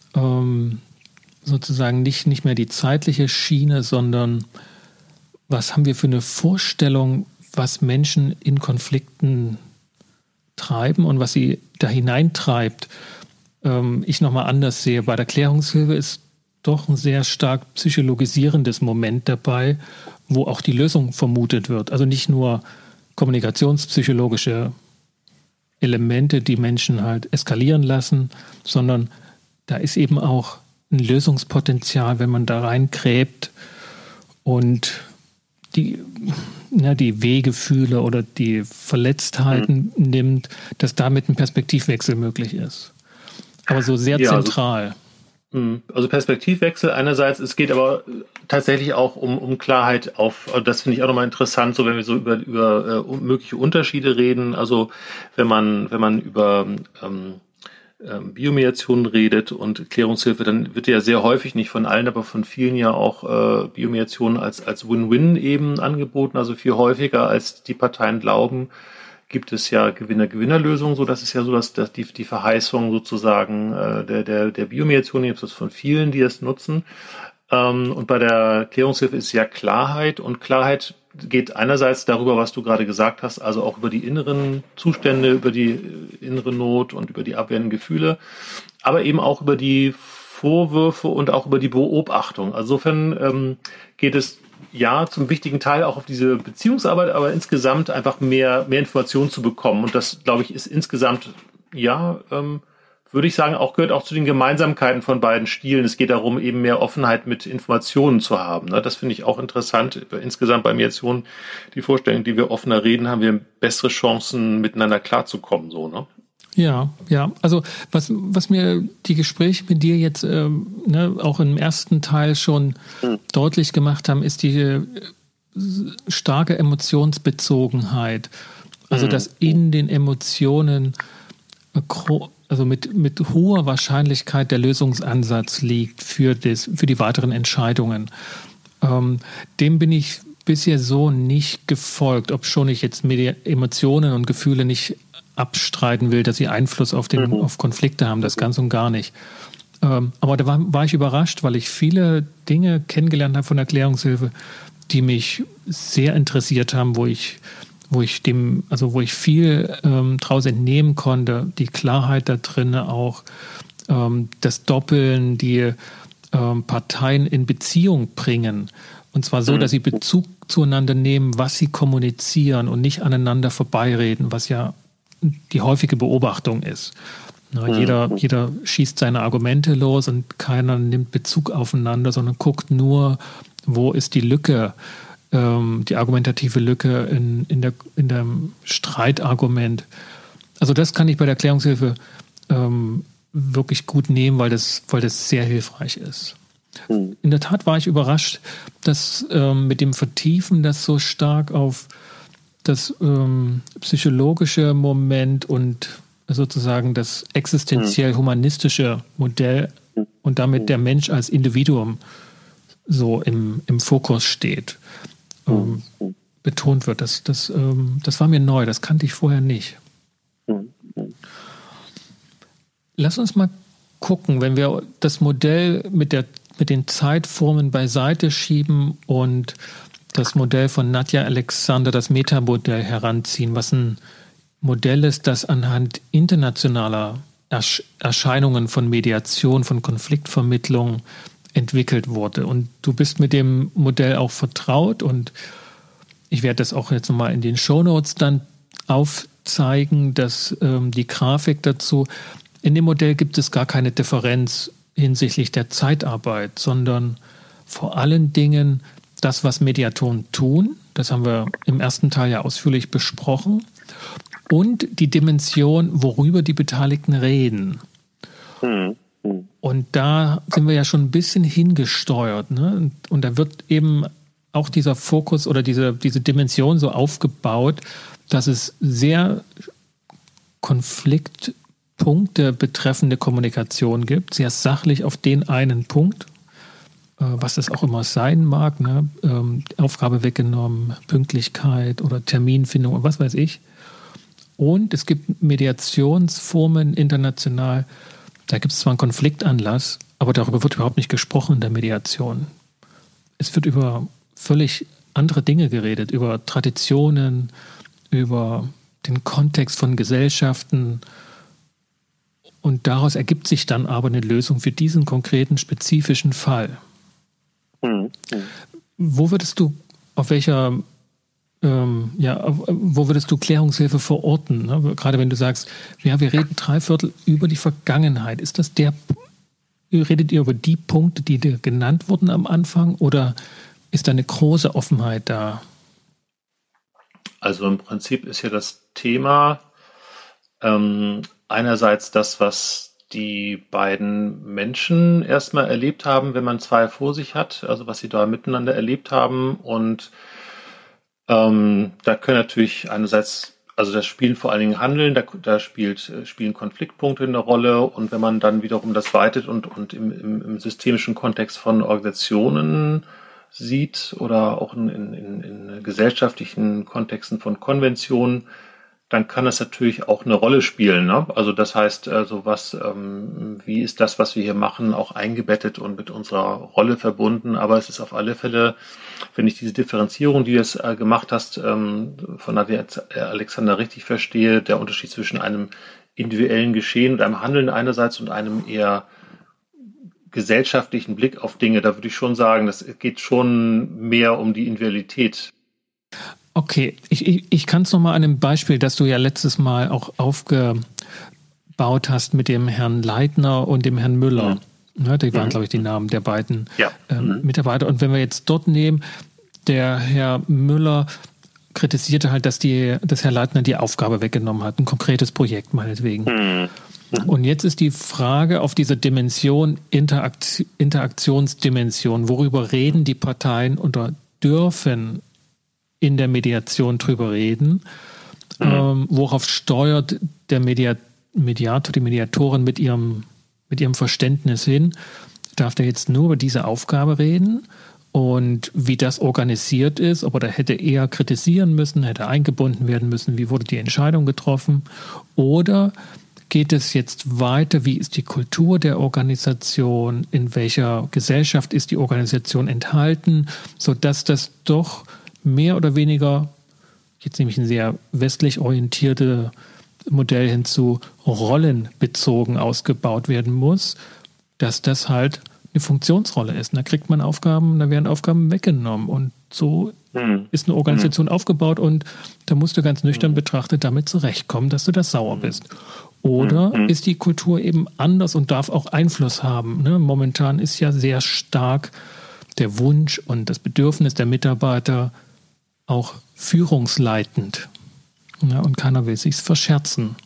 [SPEAKER 2] sozusagen nicht mehr die zeitliche Schiene, sondern was haben wir für eine Vorstellung, was Menschen in Konflikten treiben und was sie da hineintreibt, ich nochmal anders sehe. Bei der Klärungshilfe ist doch ein sehr stark psychologisierendes Moment dabei, wo auch die Lösung vermutet wird. Also nicht nur kommunikationspsychologische Elemente, die Menschen halt eskalieren lassen, sondern da ist eben auch ein Lösungspotenzial, wenn man da reingräbt und die Wehgefühle oder die Verletztheiten nimmt, dass damit ein Perspektivwechsel möglich ist. Aber so sehr zentral.
[SPEAKER 1] Also Perspektivwechsel einerseits, es geht aber tatsächlich auch um Klarheit das finde ich auch nochmal interessant, so wenn wir so über mögliche Unterschiede reden, also wenn man über Biomediation redet und Klärungshilfe, dann wird ja sehr häufig, nicht von allen, aber von vielen ja auch Biomediation als Win-Win eben angeboten, also viel häufiger als die Parteien glauben, gibt es ja Gewinner-Gewinner-Lösungen, so das ist ja so, dass die Verheißung sozusagen der Biomediation, jetzt von vielen, die es nutzen. Und bei der Klärungshilfe ist ja Klarheit. Und Klarheit geht einerseits darüber, was du gerade gesagt hast, also auch über die inneren Zustände, über die innere Not und über die abwehrenden Gefühle, aber eben auch über die Vorwürfe und auch über die Beobachtung. Also insofern geht es ja zum wichtigen Teil auch auf diese Beziehungsarbeit, aber insgesamt einfach mehr Informationen zu bekommen. Und das, glaube ich, ist insgesamt, würde ich sagen, gehört auch zu den Gemeinsamkeiten von beiden Stilen. Es geht darum, eben mehr Offenheit mit Informationen zu haben. Ne? Das finde ich auch interessant. Insgesamt bei Mediation die Vorstellung, die wir offener reden, haben wir bessere Chancen, miteinander klarzukommen. So, ne?
[SPEAKER 2] Ja. Also was mir die Gespräche mit dir jetzt auch im ersten Teil schon deutlich gemacht haben, ist die starke Emotionsbezogenheit. Also dass in den Emotionen also mit hoher Wahrscheinlichkeit der Lösungsansatz liegt für die weiteren Entscheidungen. Dem bin ich bisher so nicht gefolgt, obschon ich jetzt Emotionen und Gefühle nicht abstreiten will, dass sie Einfluss auf Konflikte haben, das ganz und gar nicht. Aber da war ich überrascht, weil ich viele Dinge kennengelernt habe von Erklärungshilfe, die mich sehr interessiert haben, wo ich viel daraus entnehmen konnte, die Klarheit da drin auch, das Doppeln, die Parteien in Beziehung bringen. Und zwar so, dass sie Bezug zueinander nehmen, was sie kommunizieren und nicht aneinander vorbeireden, was ja die häufige Beobachtung ist. Jeder schießt seine Argumente los und keiner nimmt Bezug aufeinander, sondern guckt nur, wo ist die Lücke, die argumentative Lücke in dem Streitargument. Also das kann ich bei der Erklärungshilfe wirklich gut nehmen, weil das sehr hilfreich ist. In der Tat war ich überrascht, dass mit dem Vertiefen das so stark auf das psychologische Moment und sozusagen das existenziell-humanistische Modell und damit der Mensch als Individuum so im Fokus steht, betont wird. Das war mir neu, das kannte ich vorher nicht. Lass uns mal gucken, wenn wir das Modell mit den Zeitformen beiseite schieben und das Modell von Nadja Alexander, das Metamodell, heranziehen, was ein Modell ist, das anhand internationaler Erscheinungen von Mediation, von Konfliktvermittlung entwickelt wurde. Und du bist mit dem Modell auch vertraut und ich werde das auch jetzt nochmal in den Shownotes dann aufzeigen, dass die Grafik dazu. In dem Modell gibt es gar keine Differenz hinsichtlich der Zeitarbeit, sondern vor allen Dingen das, was Mediatoren tun, das haben wir im ersten Teil ja ausführlich besprochen, und die Dimension, worüber die Beteiligten reden. Und da sind wir ja schon ein bisschen hingesteuert, ne? Und da wird eben auch dieser Fokus oder diese Dimension so aufgebaut, dass es sehr Konfliktpunkte betreffende Kommunikation gibt, sehr sachlich auf den einen Punkt, was das auch immer sein mag, ne? Aufgabe weggenommen, Pünktlichkeit oder Terminfindung und was weiß ich. Und es gibt Mediationsformen international, da gibt es zwar einen Konfliktanlass, aber darüber wird überhaupt nicht gesprochen in der Mediation. Es wird über völlig andere Dinge geredet, über Traditionen, über den Kontext von Gesellschaften. Und daraus ergibt sich dann aber eine Lösung für diesen konkreten, spezifischen Fall. Wo würdest du, wo würdest du Klärungshilfe verorten? Ne? Gerade wenn du sagst, ja, wir reden 3/4 über die Vergangenheit. Ist das redet ihr über die Punkte, die dir genannt wurden am Anfang, oder ist da eine große Offenheit da?
[SPEAKER 1] Also im Prinzip ist ja das Thema einerseits das, was die beiden Menschen erstmal erlebt haben, wenn man zwei vor sich hat, also was sie da miteinander erlebt haben. Und da können natürlich einerseits, also das spielen vor allen Dingen Handeln, da spielen Konfliktpunkte eine Rolle. Und wenn man dann wiederum das weitet und im systemischen Kontext von Organisationen sieht oder auch in gesellschaftlichen Kontexten von Konventionen, dann kann das natürlich auch eine Rolle spielen, ne? Also das heißt, wie ist das, was wir hier machen, auch eingebettet und mit unserer Rolle verbunden. Aber es ist auf alle Fälle, wenn ich diese Differenzierung, die du jetzt gemacht hast, von Nadja Alexander richtig verstehe, der Unterschied zwischen einem individuellen Geschehen und einem Handeln einerseits und einem eher gesellschaftlichen Blick auf Dinge, da würde ich schon sagen, das geht schon mehr um die Individualität.
[SPEAKER 2] Okay, ich kann es nochmal an einem Beispiel, das du ja letztes Mal auch aufgebaut hast mit dem Herrn Leitner und dem Herrn Müller. Ja, die waren, glaube ich, die Namen der beiden Mitarbeiter. Und wenn wir jetzt dort nehmen, der Herr Müller kritisierte halt, dass Herr Leitner die Aufgabe weggenommen hat, ein konkretes Projekt meinetwegen. Und jetzt ist die Frage auf dieser Dimension, Interaktionsdimension, worüber reden die Parteien oder dürfen in der Mediation drüber reden, worauf steuert der Mediator, die Mediatorin mit ihrem Verständnis hin, darf der jetzt nur über diese Aufgabe reden und wie das organisiert ist, ob er da hätte eher kritisieren müssen, hätte eingebunden werden müssen, wie wurde die Entscheidung getroffen, oder geht es jetzt weiter, wie ist die Kultur der Organisation, in welcher Gesellschaft ist die Organisation enthalten, sodass das doch mehr oder weniger, jetzt nehme ich ein sehr westlich orientiertes Modell hinzu, rollenbezogen ausgebaut werden muss, dass das halt eine Funktionsrolle ist. Und da kriegt man Aufgaben, da werden Aufgaben weggenommen. Und so ist eine Organisation aufgebaut und da musst du ganz nüchtern betrachtet damit zurechtkommen, dass du da sauer bist. Oder ist die Kultur eben anders und darf auch Einfluss haben? Ne? Momentan ist ja sehr stark der Wunsch und das Bedürfnis der Mitarbeiter auch führungsleitend. Ja, und keiner will sich's verscherzen.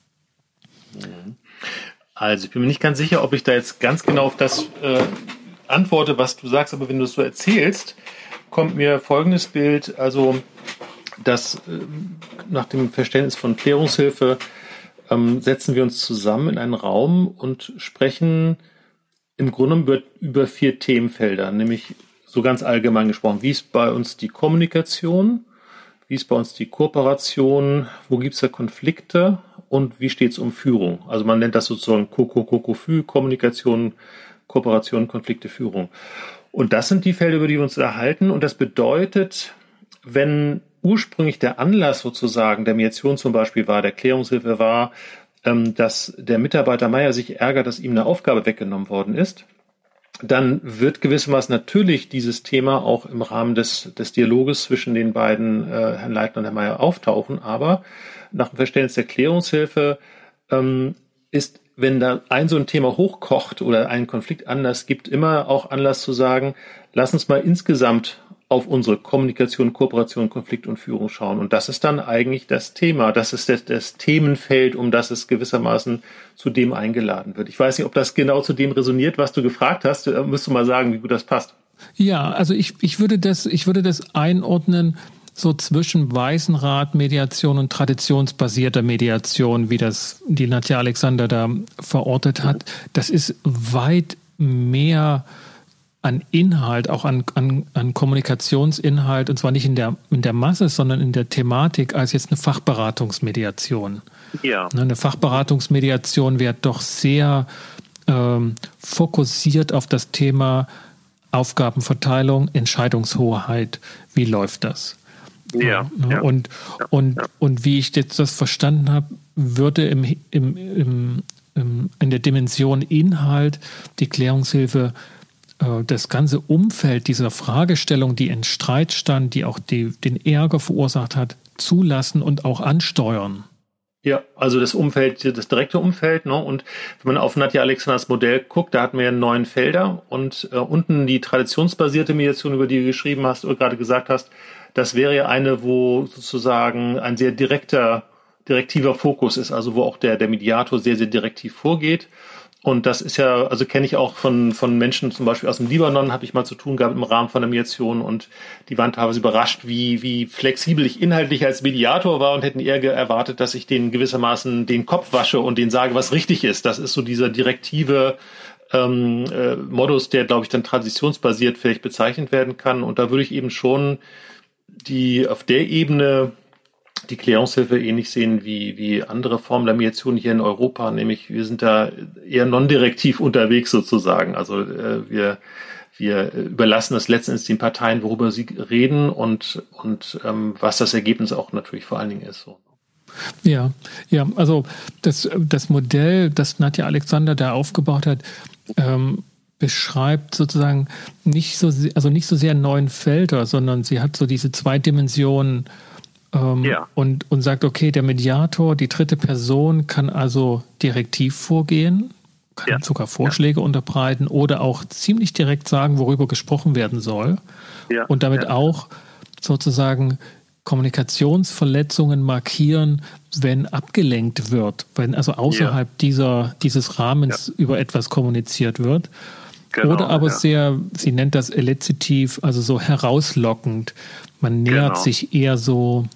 [SPEAKER 1] Also ich bin mir nicht ganz sicher, ob ich da jetzt ganz genau auf das antworte, was du sagst, aber wenn du es so erzählst, kommt mir folgendes Bild, also dass nach dem Verständnis von Klärungshilfe setzen wir uns zusammen in einen Raum und sprechen im Grunde über 4 Themenfelder, nämlich so ganz allgemein gesprochen, wie ist bei uns die Kommunikation, wie ist bei uns die Kooperation, wo gibt es da Konflikte und wie steht es um Führung? Also man nennt das sozusagen Kokofü, Kommunikation, Kooperation, Konflikte, Führung. Und das sind die Felder, über die wir uns erhalten. Und das bedeutet, wenn ursprünglich der Anlass sozusagen der Mediation zum Beispiel war, der Klärungshilfe war, dass der Mitarbeiter Meier sich ärgert, dass ihm eine Aufgabe weggenommen worden ist, dann wird gewissermaßen natürlich dieses Thema auch im Rahmen des Dialoges zwischen den beiden, Herrn Leitner und Herrn Meier, auftauchen. Aber nach dem Verständnis der Klärungshilfe ist, wenn da so ein Thema hochkocht oder einen Konflikt Anlass gibt, immer auch Anlass zu sagen, lass uns mal insgesamt auf unsere Kommunikation, Kooperation, Konflikt und Führung schauen. Und das ist dann eigentlich das Thema. Das ist das Themenfeld, um das es gewissermaßen zu dem eingeladen wird. Ich weiß nicht, ob das genau zu dem resoniert, was du gefragt hast. Müsst du mal sagen, wie gut das passt.
[SPEAKER 2] Ja, also ich würde das einordnen so zwischen Weißenrat-Mediation und traditionsbasierter Mediation, wie das die Nadja Alexander da verortet hat. Das ist weit mehr an Inhalt, auch an Kommunikationsinhalt, und zwar nicht in der Masse, sondern in der Thematik, als jetzt eine Fachberatungsmediation.
[SPEAKER 1] Ja.
[SPEAKER 2] Eine Fachberatungsmediation wird doch sehr fokussiert auf das Thema Aufgabenverteilung, Entscheidungshoheit. Wie läuft das?
[SPEAKER 1] Ja.
[SPEAKER 2] Und wie ich jetzt das verstanden habe, würde in der Dimension Inhalt die Klärungshilfe das ganze Umfeld dieser Fragestellung, die in Streit stand, die auch den Ärger verursacht hat, zulassen und auch ansteuern.
[SPEAKER 1] Ja, also das Umfeld, das direkte Umfeld, ne? Und wenn man auf Nadja Alexanders Modell guckt, da hatten wir ja 9 Felder und unten die traditionsbasierte Mediation, über die du geschrieben hast oder gerade gesagt hast, das wäre ja eine, wo sozusagen ein sehr direktiver Fokus ist, also wo auch der Mediator sehr, sehr direktiv vorgeht. Und das ist ja, also kenne ich auch von Menschen, zum Beispiel aus dem Libanon, habe ich mal zu tun gehabt im Rahmen von der Mediation, und die waren teilweise überrascht, wie flexibel ich inhaltlich als Mediator war und hätten eher erwartet, dass ich denen gewissermaßen den Kopf wasche und denen sage, was richtig ist. Das ist so dieser direktive Modus, der, glaube ich, dann traditionsbasiert vielleicht bezeichnet werden kann. Und da würde ich eben schon auf der Ebene die Klärungshilfe ähnlich sehen wie andere Formen der Mediation hier in Europa, nämlich wir sind da eher non-direktiv unterwegs sozusagen. Also wir überlassen das letzten Endes den Parteien, worüber sie reden und was das Ergebnis auch natürlich vor allen Dingen ist. So.
[SPEAKER 2] Ja, also das Modell, das Nadja Alexander da aufgebaut hat, beschreibt sozusagen nicht so sehr neuen Felder, sondern sie hat so diese zwei Dimensionen und sagt, okay, der Mediator, die dritte Person, kann also direktiv vorgehen, kann sogar Vorschläge unterbreiten oder auch ziemlich direkt sagen, worüber gesprochen werden soll und damit auch sozusagen Kommunikationsverletzungen markieren, wenn abgelenkt wird, wenn also außerhalb dieses Rahmens über etwas kommuniziert wird. Genau, oder aber sie nennt das elizitiv, also so herauslockend. Man nähert sich eher so,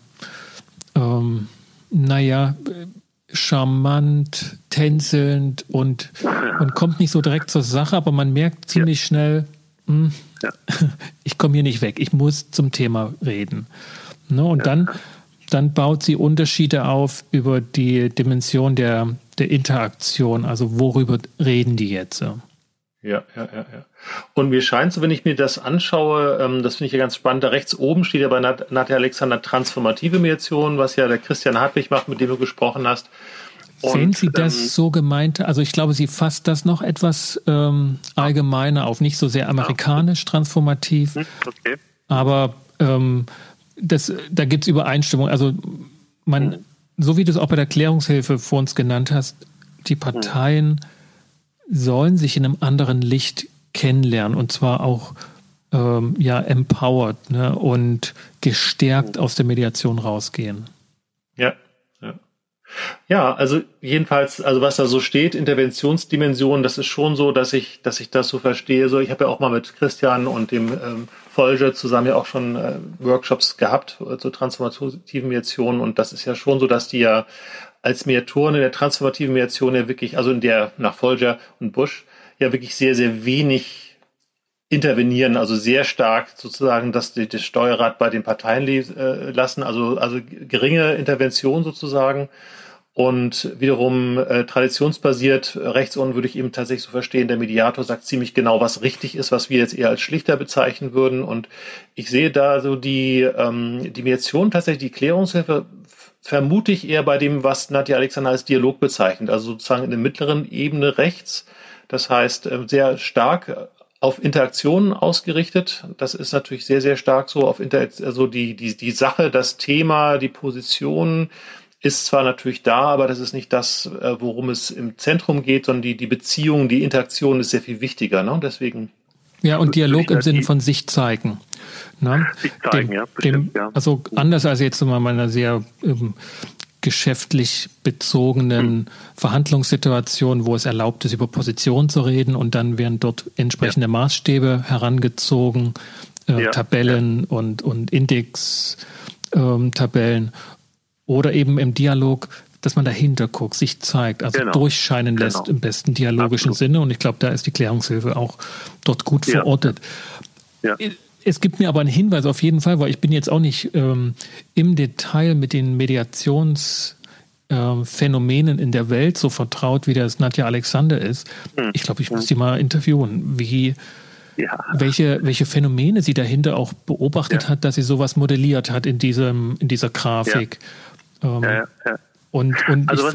[SPEAKER 2] charmant, tänzelnd und kommt nicht so direkt zur Sache, aber man merkt ziemlich schnell, ich komme hier nicht weg, ich muss zum Thema reden. Ne? Und dann baut sie Unterschiede auf über die Dimension der Interaktion, also worüber reden die jetzt?
[SPEAKER 1] Ja. Und mir scheint so, wenn ich mir das anschaue, das finde ich ja ganz spannend, da rechts oben steht ja bei Nadja Alexander transformative Mediation, was ja der Christian Hartwig macht, mit dem du gesprochen hast.
[SPEAKER 2] Sehen Sie das so gemeint? Also ich glaube, sie fasst das noch etwas allgemeiner auf, nicht so sehr amerikanisch transformativ, aber da gibt es Übereinstimmung. Also so wie du es auch bei der Klärungshilfe vor uns genannt hast, die Parteien sollen sich in einem anderen Licht kennenlernen und zwar auch empowered, ne, und gestärkt aus der Mediation rausgehen.
[SPEAKER 1] Ja, also jedenfalls, also was da so steht, Interventionsdimension, das ist schon so, dass ich das so verstehe. So, ich habe ja auch mal mit Christian und dem Folge zusammen ja auch schon Workshops gehabt zur transformativen Mediation und das ist ja schon so, dass die ja als Mediatoren in der transformativen Mediation ja wirklich, also in der nach Folger und Busch, ja wirklich sehr, sehr wenig intervenieren, also sehr stark sozusagen das Steuerrad bei den Parteien lassen, also geringe Intervention sozusagen und wiederum traditionsbasiert, rechts unten würde ich eben tatsächlich so verstehen, der Mediator sagt ziemlich genau, was richtig ist, was wir jetzt eher als schlichter bezeichnen würden und ich sehe da so die Mediation, tatsächlich die Klärungshilfe vermute ich eher bei dem, was Nadja Alexander als Dialog bezeichnet, also sozusagen in der mittleren Ebene rechts, das heißt sehr stark auf Interaktionen ausgerichtet. Das ist natürlich sehr, sehr stark so auf also die Sache, das Thema, die Position ist zwar natürlich da, aber das ist nicht das, worum es im Zentrum geht, sondern die Beziehung, die Interaktion ist sehr viel wichtiger, ne? Deswegen.
[SPEAKER 2] Ja, und Dialog im Sinne von sich zeigen. Ne?
[SPEAKER 1] Sich zeigen, bestimmt,
[SPEAKER 2] also anders als jetzt mal in einer sehr geschäftlich bezogenen Verhandlungssituation, wo es erlaubt ist, über Positionen zu reden und dann werden dort entsprechende Maßstäbe herangezogen, Tabellen und Index-Tabellen oder eben im Dialog, dass man dahinter guckt, sich zeigt, also durchscheinen lässt im besten dialogischen Sinne und ich glaube, da ist die Klärungshilfe auch dort gut verortet.
[SPEAKER 1] Ja.
[SPEAKER 2] Es gibt mir aber einen Hinweis auf jeden Fall, weil ich bin jetzt auch nicht im Detail mit den Mediationsphänomenen in der Welt so vertraut, wie das Nadja Alexander ist. Ich glaube, ich muss die mal interviewen, welche Phänomene sie dahinter auch beobachtet hat, dass sie sowas modelliert hat in dieser Grafik. Und
[SPEAKER 1] also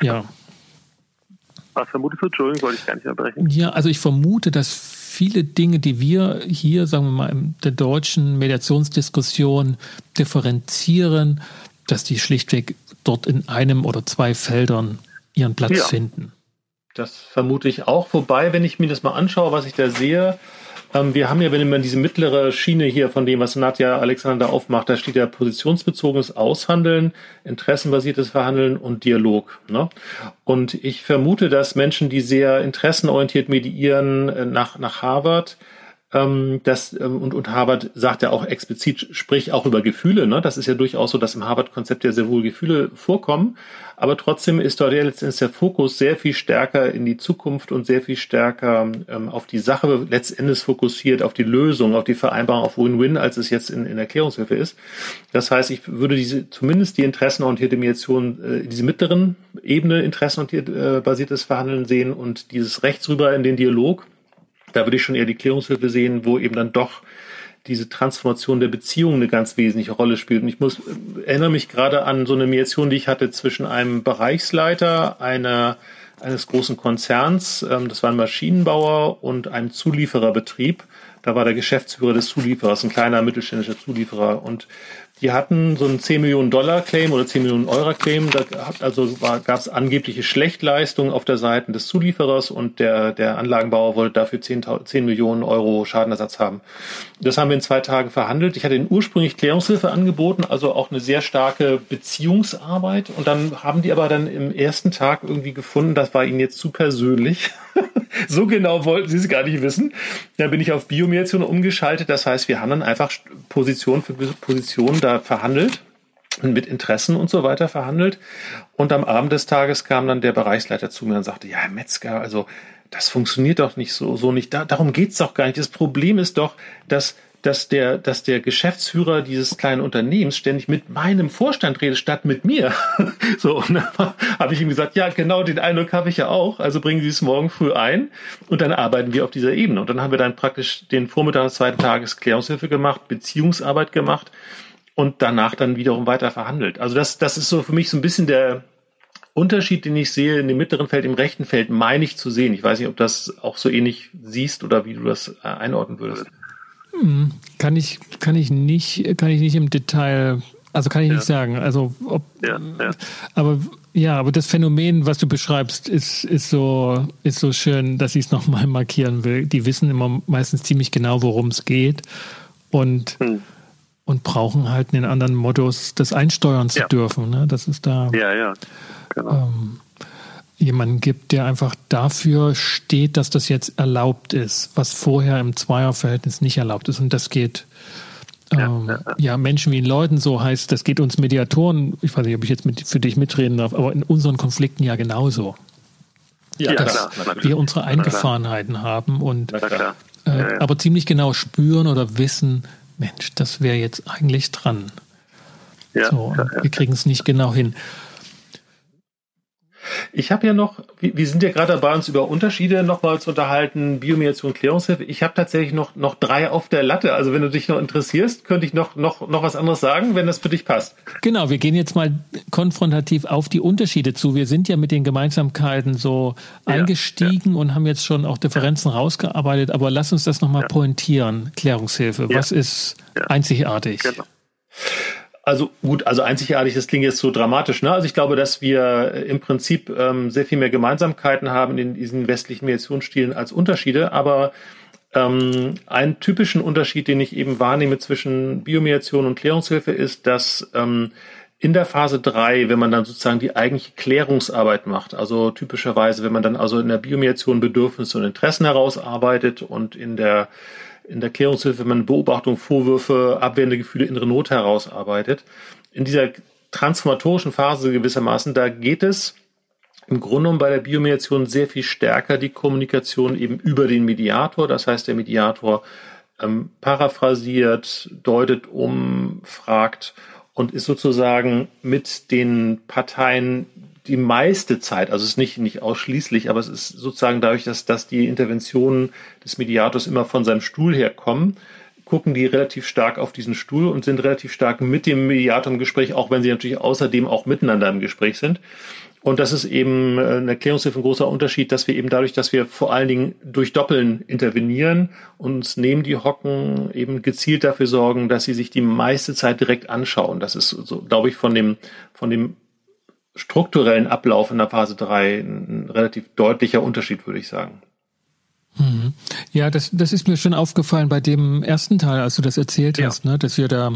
[SPEAKER 2] was
[SPEAKER 1] vermutest du? Entschuldigung, wollte ich gar nicht unterbrechen.
[SPEAKER 2] Ja, also ich vermute, dass viele Dinge, die wir hier, sagen wir mal, in der deutschen Mediationsdiskussion differenzieren, dass die schlichtweg dort in einem oder zwei Feldern ihren Platz finden.
[SPEAKER 1] Das vermute ich auch. Wobei, wenn ich mir das mal anschaue, was ich da sehe, wir haben ja, wenn man diese mittlere Schiene hier von dem, was Nadja Alexander aufmacht, da steht ja positionsbezogenes Aushandeln, interessenbasiertes Verhandeln und Dialog. Ne? Und ich vermute, dass Menschen, die sehr interessenorientiert mediieren nach Harvard, Und Harvard sagt ja auch explizit, sprich auch über Gefühle. Ne? Das ist ja durchaus so, dass im Harvard-Konzept ja sehr wohl Gefühle vorkommen. Aber trotzdem ist dort ja letztendlich der Fokus sehr viel stärker in die Zukunft und sehr viel stärker auf die Sache letztendlich fokussiert, auf die Lösung, auf die Vereinbarung, auf Win-Win, als es jetzt in Erklärungshilfe ist. Das heißt, ich würde zumindest die interessenorientierte Mediation, diese mittleren Ebene interessenorientiert basiertes Verhandeln sehen und dieses rechts rüber in den Dialog. Da würde ich schon eher die Klärungshilfe sehen, wo eben dann doch diese Transformation der Beziehung eine ganz wesentliche Rolle spielt. Und ich erinnere mich gerade an so eine Mediation, die ich hatte zwischen einem Bereichsleiter eines großen Konzerns, das war ein Maschinenbauer, und einem Zuliefererbetrieb. Da war der Geschäftsführer des Zulieferers, ein kleiner mittelständischer Zulieferer. Und die hatten so einen 10 Millionen Dollar Claim oder 10 Millionen Euro Claim. Da gab es angebliche Schlechtleistungen auf der Seite des Zulieferers und der Anlagenbauer wollte dafür 10 Millionen Euro Schadenersatz haben. Das haben wir in 2 Tagen verhandelt. Ich hatte ihnen ursprünglich Klärungshilfe angeboten, also auch eine sehr starke Beziehungsarbeit. Und dann haben die aber dann im ersten Tag irgendwie gefunden, das war ihnen jetzt zu persönlich. So genau wollten sie es gar nicht wissen. Dann bin ich auf Biomediation umgeschaltet. Das heißt, wir haben dann einfach Position für Position da verhandelt und mit Interessen und so weiter verhandelt. Und am Abend des Tages kam dann der Bereichsleiter zu mir und sagte, ja, Herr Metzger, also das funktioniert doch nicht so nicht. Darum geht's doch gar nicht. Das Problem ist doch, dass der Geschäftsführer dieses kleinen Unternehmens ständig mit meinem Vorstand redet, statt mit mir. So, und dann habe ich ihm gesagt, ja, genau, den Eindruck habe ich ja auch, also bringen Sie es morgen früh ein und dann arbeiten wir auf dieser Ebene. Und dann haben wir dann praktisch den Vormittag des 2. Tages Klärungshilfe gemacht, Beziehungsarbeit gemacht und danach dann wiederum weiter verhandelt. Also das ist so für mich so ein bisschen der Unterschied, den ich sehe in dem mittleren Feld, im rechten Feld, meine ich zu sehen. Ich weiß nicht, ob das auch so ähnlich siehst oder wie du das einordnen würdest.
[SPEAKER 2] Kann ich nicht im Detail, also kann ich nicht sagen. Also aber das Phänomen, was du beschreibst, ist so schön, dass ich es nochmal markieren will. Die wissen immer meistens ziemlich genau, worum es geht und brauchen halt einen anderen Modus, das einsteuern zu dürfen. Ne? Dass es da genau. Jemanden gibt, der einfach dafür steht, dass das jetzt erlaubt ist, was vorher im Zweierverhältnis nicht erlaubt ist. Und das geht Menschen wie in Leuten so heißt, das geht uns Mediatoren, ich weiß nicht, ob ich jetzt für dich mitreden darf, aber in unseren Konflikten ja genauso. Dass wir unsere Eingefahrenheiten haben und aber ziemlich genau spüren oder wissen, Mensch, das wäre jetzt eigentlich dran. Wir kriegen es nicht genau hin.
[SPEAKER 1] Ich habe ja noch, wir sind ja gerade dabei, uns über Unterschiede nochmal zu unterhalten, Biomediation, Klärungshilfe. Ich habe tatsächlich noch 3 auf der Latte. Also wenn du dich noch interessierst, könnte ich noch was anderes sagen, wenn das für dich passt.
[SPEAKER 2] Genau, wir gehen jetzt mal konfrontativ auf die Unterschiede zu. Wir sind ja mit den Gemeinsamkeiten so eingestiegen und haben jetzt schon auch Differenzen rausgearbeitet. Aber lass uns das nochmal pointieren, Klärungshilfe. Was ist einzigartig?
[SPEAKER 1] Genau. Also einzigartig, das klingt jetzt so dramatisch, ne? Also ich glaube, dass wir im Prinzip sehr viel mehr Gemeinsamkeiten haben in diesen westlichen Mediationsstilen als Unterschiede, aber einen typischen Unterschied, den ich eben wahrnehme zwischen Biomediation und Klärungshilfe ist, dass in der Phase 3, wenn man dann sozusagen die eigentliche Klärungsarbeit macht, also typischerweise, wenn man dann also in der Biomediation Bedürfnisse und Interessen herausarbeitet und in der Klärungshilfe, wenn man Beobachtung, Vorwürfe, abwehrende Gefühle, innere Not herausarbeitet. In dieser transformatorischen Phase gewissermaßen, da geht es im Grunde genommen bei der Biomediation sehr viel stärker die Kommunikation eben über den Mediator. Das heißt, der Mediator paraphrasiert, deutet um, fragt und ist sozusagen mit den Parteien die meiste Zeit, also es ist nicht ausschließlich, aber es ist sozusagen dadurch, dass die Interventionen des Mediators immer von seinem Stuhl herkommen, gucken die relativ stark auf diesen Stuhl und sind relativ stark mit dem Mediator im Gespräch, auch wenn sie natürlich außerdem auch miteinander im Gespräch sind. Und das ist eben eine Erklärungshilfe ein großer Unterschied, dass wir eben dadurch, dass wir vor allen Dingen durch Doppeln intervenieren, uns neben die hocken, eben gezielt dafür sorgen, dass sie sich die meiste Zeit direkt anschauen. Das ist so, glaube ich, von dem strukturellen Ablauf in der Phase 3 ein relativ deutlicher Unterschied, würde ich sagen.
[SPEAKER 2] Ja, das ist mir schon aufgefallen bei dem ersten Teil, als du das erzählt hast, ne, dass wir da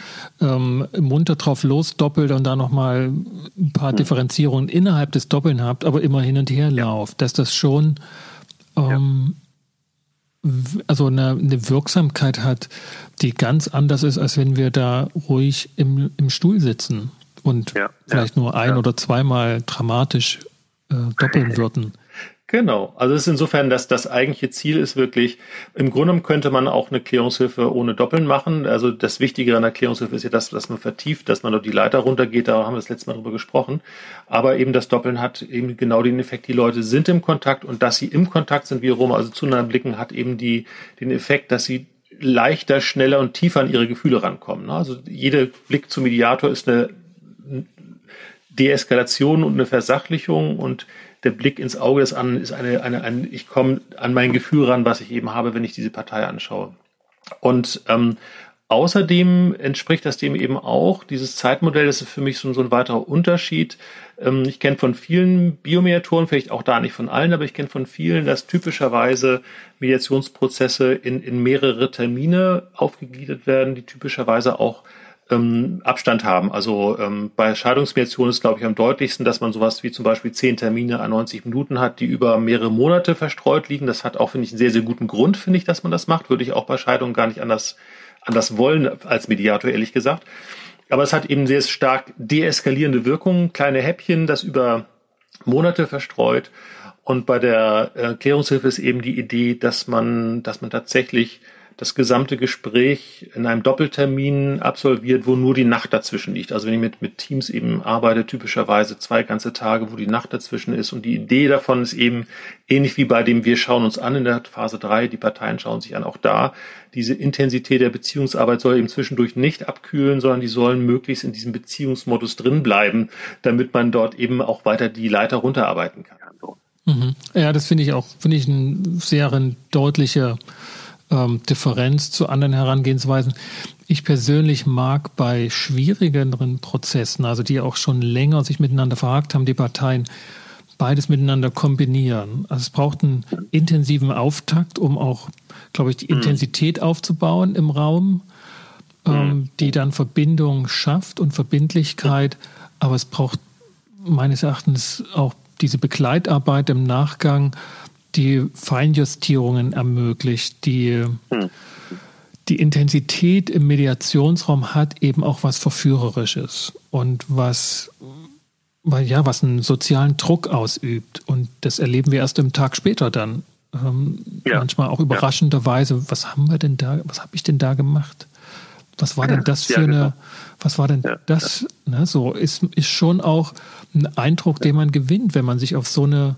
[SPEAKER 2] munter drauf losdoppelt und da nochmal ein paar Differenzierungen innerhalb des Doppeln habt, aber immer hin und her lauft, dass das schon also eine Wirksamkeit hat, die ganz anders ist, als wenn wir da ruhig im Stuhl sitzen und vielleicht nur ein- oder zweimal dramatisch doppeln würden.
[SPEAKER 1] Genau, also es ist insofern, dass das eigentliche Ziel ist wirklich, im Grunde genommen könnte man auch eine Klärungshilfe ohne Doppeln machen. Also das Wichtige an der Klärungshilfe ist ja das, dass man vertieft, dass man dort die Leiter runtergeht, da haben wir das letzte Mal drüber gesprochen. Aber eben das Doppeln hat eben genau den Effekt, die Leute sind im Kontakt und dass sie im Kontakt sind wiederum, also zueinander blicken, hat eben den Effekt, dass sie leichter, schneller und tiefer an ihre Gefühle rankommen. Also jeder Blick zum Mediator ist eine Deeskalation und eine Versachlichung und der Blick ins Auge des anderen ist ich komme an mein Gefühl ran, was ich eben habe, wenn ich diese Partei anschaue. Und außerdem entspricht das dem eben auch, dieses Zeitmodell, das ist für mich so ein weiterer Unterschied. Ich kenne von vielen Biomediatoren, vielleicht auch da nicht von allen, aber ich kenne von vielen, dass typischerweise Mediationsprozesse in mehrere Termine aufgegliedert werden, die typischerweise auch Abstand haben. Also bei Scheidungsmediation ist, glaube ich, am deutlichsten, dass man sowas wie zum Beispiel 10 Termine an 90 Minuten hat, die über mehrere Monate verstreut liegen. Das hat auch, finde ich, einen sehr, sehr guten Grund, finde ich, dass man das macht. Würde ich auch bei Scheidungen gar nicht anders wollen als Mediator, ehrlich gesagt. Aber es hat eben sehr stark deeskalierende Wirkungen, kleine Häppchen, das über Monate verstreut. Und bei der Klärungshilfe ist eben die Idee, dass man tatsächlich das gesamte Gespräch in einem Doppeltermin absolviert, wo nur die Nacht dazwischen liegt. Also wenn ich mit Teams eben arbeite, typischerweise 2 ganze Tage, wo die Nacht dazwischen ist. Und die Idee davon ist eben ähnlich wie bei dem Wir schauen uns an in der Phase 3, die Parteien schauen sich an. Auch da, diese Intensität der Beziehungsarbeit soll eben zwischendurch nicht abkühlen, sondern die sollen möglichst in diesem Beziehungsmodus drin bleiben, damit man dort eben auch weiter die Leiter runterarbeiten kann.
[SPEAKER 2] Mhm. Ja, das finde ich eine sehr deutliche Differenz zu anderen Herangehensweisen. Ich persönlich mag bei schwierigeren Prozessen, also die auch schon länger sich miteinander verhakt haben, die Parteien, beides miteinander kombinieren. Also es braucht einen intensiven Auftakt, um auch, glaube ich, die Intensität aufzubauen im Raum, die dann Verbindung schafft und Verbindlichkeit. Aber es braucht meines Erachtens auch diese Begleitarbeit im Nachgang, die Feinjustierungen ermöglicht, die Intensität im Mediationsraum hat eben auch was Verführerisches und was einen sozialen Druck ausübt. Und das erleben wir erst im Tag später dann. Manchmal auch überraschenderweise, was habe ich denn da gemacht? Was war denn das was war denn das? Ne, so ist schon auch ein Eindruck, den man gewinnt, wenn man sich auf so ein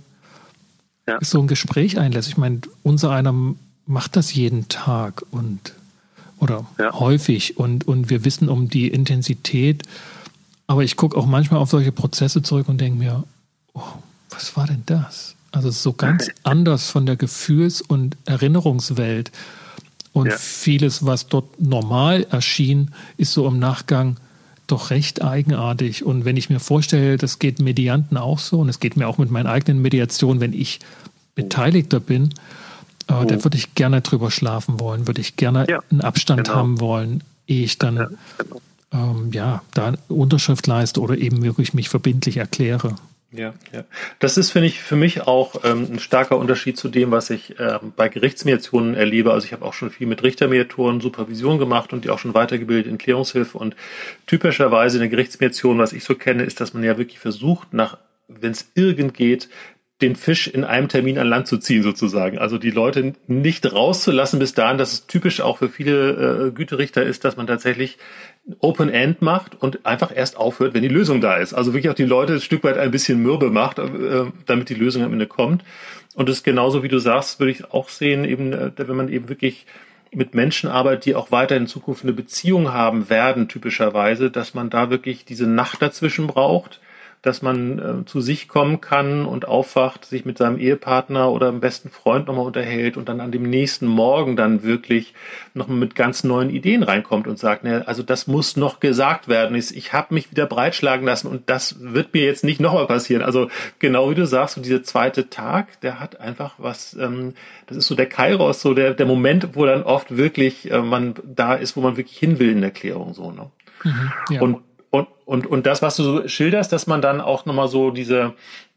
[SPEAKER 2] Gespräch einlässt. Ich meine, unser einer macht das jeden Tag oder häufig und wir wissen um die Intensität. Aber ich gucke auch manchmal auf solche Prozesse zurück und denke mir, was war denn das? Also so ganz anders von der Gefühls- und Erinnerungswelt. Und vieles, was dort normal erschien, ist so im Nachgang doch recht eigenartig. Und wenn ich mir vorstelle, das geht Medianten auch so, und es geht mir auch mit meinen eigenen Mediationen, wenn ich Beteiligter bin, da würde ich gerne drüber schlafen wollen, würde ich gerne einen Abstand haben wollen, ehe ich dann da eine Unterschrift leiste oder eben wirklich mich verbindlich erkläre.
[SPEAKER 1] Ja. Das ist, finde ich, für mich auch ein starker Unterschied zu dem, was ich bei Gerichtsmediationen erlebe. Also ich habe auch schon viel mit Richtermediatoren Supervision gemacht und die auch schon weitergebildet in Klärungshilfe. Und typischerweise in der Gerichtsmediation, was ich so kenne, ist, dass man ja wirklich versucht, wenn es irgend geht, den Fisch in einem Termin an Land zu ziehen sozusagen. Also die Leute nicht rauszulassen bis dahin, dass es typisch auch für viele Güterichter ist, dass man tatsächlich Open End macht und einfach erst aufhört, wenn die Lösung da ist. Also wirklich auch die Leute ein Stück weit ein bisschen mürbe macht, damit die Lösung am Ende kommt. Und das ist genauso, wie du sagst, würde ich auch sehen, eben, wenn man eben wirklich mit Menschen arbeitet, die auch weiter in Zukunft eine Beziehung haben werden, typischerweise, dass man da wirklich diese Nacht dazwischen braucht, dass man zu sich kommen kann und aufwacht, sich mit seinem Ehepartner oder dem besten Freund nochmal unterhält und dann an dem nächsten Morgen dann wirklich nochmal mit ganz neuen Ideen reinkommt und sagt, also das muss noch gesagt werden. Ich habe mich wieder breitschlagen lassen und das wird mir jetzt nicht nochmal passieren. Also genau wie du sagst, so dieser zweite Tag, der hat einfach was, das ist so der Kairos, so der Moment, wo dann oft wirklich man da ist, wo man wirklich hin will in der Klärung. So, ne? Und das, was du so schilderst, dass man dann auch nochmal so diese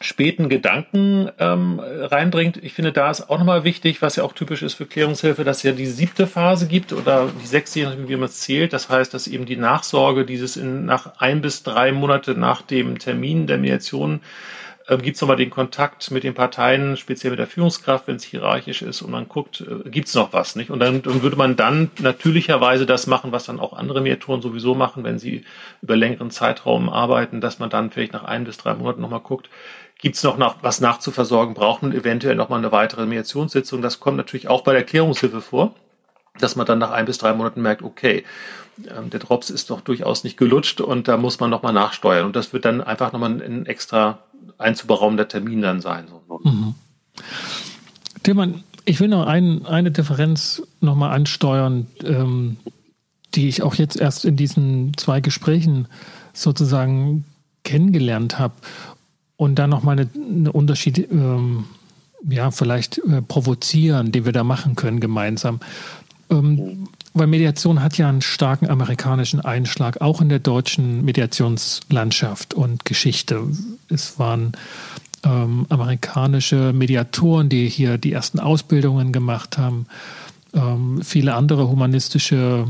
[SPEAKER 1] späten Gedanken reinbringt. Ich finde, da ist auch nochmal wichtig, was ja auch typisch ist für Klärungshilfe, dass es ja die 7. Phase gibt oder die 6, je nachdem, wie man es zählt. Das heißt, dass eben die Nachsorge nach 1 bis 3 Monate nach dem Termin der Mediation gibt es nochmal den Kontakt mit den Parteien, speziell mit der Führungskraft, wenn es hierarchisch ist, und man guckt, gibt es noch was, nicht? Und dann würde man dann natürlicherweise das machen, was dann auch andere Mediatoren sowieso machen, wenn sie über längeren Zeitraum arbeiten, dass man dann vielleicht nach 1 bis 3 Monaten nochmal guckt, gibt es noch was nachzuversorgen, braucht man eventuell nochmal eine weitere Mediationssitzung. Das kommt natürlich auch bei der Klärungshilfe vor, dass man dann nach 1 bis 3 Monaten merkt, okay, der Drops ist doch durchaus nicht gelutscht und da muss man nochmal nachsteuern. Und das wird dann einfach nochmal ein extra einzuberaumender Termin dann sein.
[SPEAKER 2] Mhm. Tilman, ich will noch eine Differenz nochmal ansteuern, die ich auch jetzt erst in diesen 2 Gesprächen sozusagen kennengelernt habe. Und dann nochmal eine Unterschied, vielleicht provozieren, den wir da machen können gemeinsam. Weil Mediation hat ja einen starken amerikanischen Einschlag, auch in der deutschen Mediationslandschaft und Geschichte. Es waren amerikanische Mediatoren, die hier die ersten Ausbildungen gemacht haben, viele andere humanistische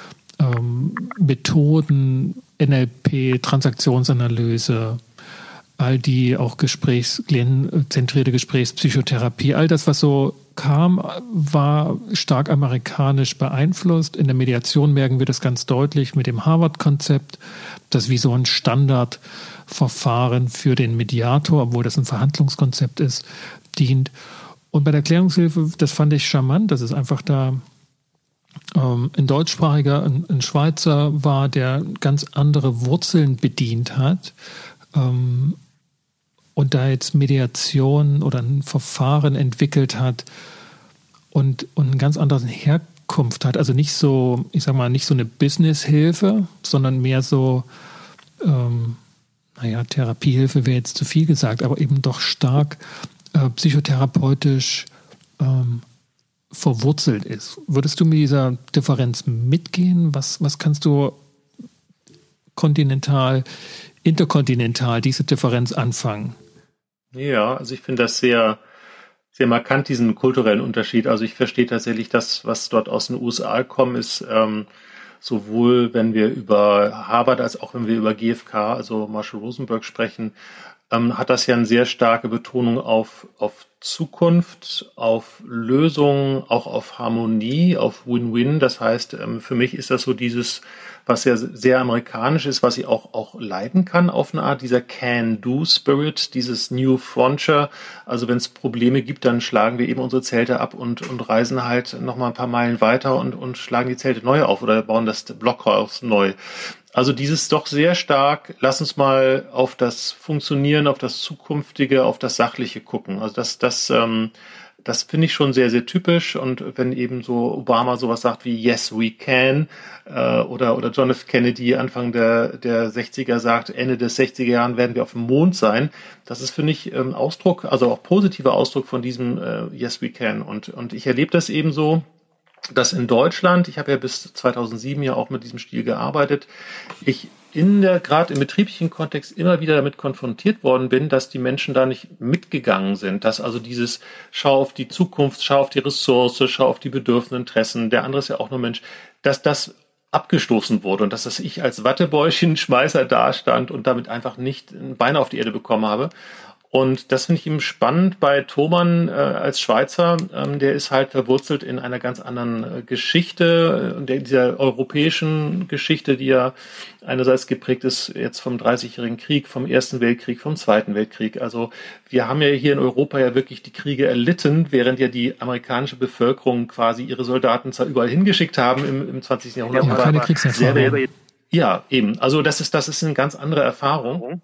[SPEAKER 2] Methoden, NLP, Transaktionsanalyse, all die auch klientenzentrierte Gesprächspsychotherapie, all das, was so kam, war stark amerikanisch beeinflusst. In der Mediation merken wir das ganz deutlich mit dem Harvard-Konzept, das wie so ein Standardverfahren für den Mediator, obwohl das ein Verhandlungskonzept ist, dient. Und bei der Klärungshilfe, das fand ich charmant, dass es einfach da ein Deutschsprachiger, ein Schweizer war, der ganz andere Wurzeln bedient hat, und da jetzt Mediation oder ein Verfahren entwickelt hat und eine ganz andere Herkunft hat. Also nicht so, ich sag mal, nicht so eine Businesshilfe, sondern mehr so, Therapiehilfe wäre jetzt zu viel gesagt, aber eben doch stark psychotherapeutisch verwurzelt ist. Würdest du mit dieser Differenz mitgehen? Was kannst du interkontinental diese Differenz anfangen?
[SPEAKER 1] Ja, also ich finde das sehr, sehr markant, diesen kulturellen Unterschied. Also ich verstehe tatsächlich das, was dort aus den USA kommen, ist sowohl, wenn wir über Harvard als auch wenn wir über GfK, also Marshall Rosenberg sprechen, hat das ja eine sehr starke Betonung auf Zukunft, auf Lösungen, auch auf Harmonie, auf Win-Win. Das heißt, für mich ist das so dieses, was ja sehr amerikanisch ist, was ich auch leiden kann auf eine Art, dieser Can-Do-Spirit, dieses New Frontier. Also wenn es Probleme gibt, dann schlagen wir eben unsere Zelte ab und reisen halt nochmal ein paar Meilen weiter und schlagen die Zelte neu auf oder bauen das Blockhaus neu. Also dieses doch sehr stark, lass uns mal auf das Funktionieren, auf das Zukünftige, auf das Sachliche gucken. Also das finde ich schon sehr, sehr typisch. Und wenn eben so Obama sowas sagt wie Yes, we can, oder John F. Kennedy Anfang der 60er sagt, Ende des 60er Jahren werden wir auf dem Mond sein, das ist, finde ich, Ausdruck, also auch positiver Ausdruck von diesem Yes, we can. Und ich erlebe das eben so, dass in Deutschland, ich habe ja bis 2007 ja auch mit diesem Stil gearbeitet, ich gerade im betrieblichen Kontext immer wieder damit konfrontiert worden bin, dass die Menschen da nicht mitgegangen sind, dass also dieses Schau auf die Zukunft, schau auf die Ressource, schau auf die Bedürfnisse, Interessen, der andere ist ja auch nur Mensch, dass das abgestoßen wurde und dass das ich als Wattebäuschenschmeißer dastand und damit einfach nicht ein Bein auf die Erde bekommen habe. Und das finde ich eben spannend bei Thomann als Schweizer. Der ist halt verwurzelt in einer ganz anderen Geschichte, dieser europäischen Geschichte, die ja einerseits geprägt ist jetzt vom 30-jährigen Krieg, vom Ersten Weltkrieg, vom Zweiten Weltkrieg. Also wir haben ja hier in Europa ja wirklich die Kriege erlitten, während ja die amerikanische Bevölkerung quasi ihre Soldaten zwar überall hingeschickt haben im 20. Jahrhundert.
[SPEAKER 2] Ja, keine Kriegserfahrung.
[SPEAKER 1] Ja, eben. Also das ist eine ganz andere Erfahrung.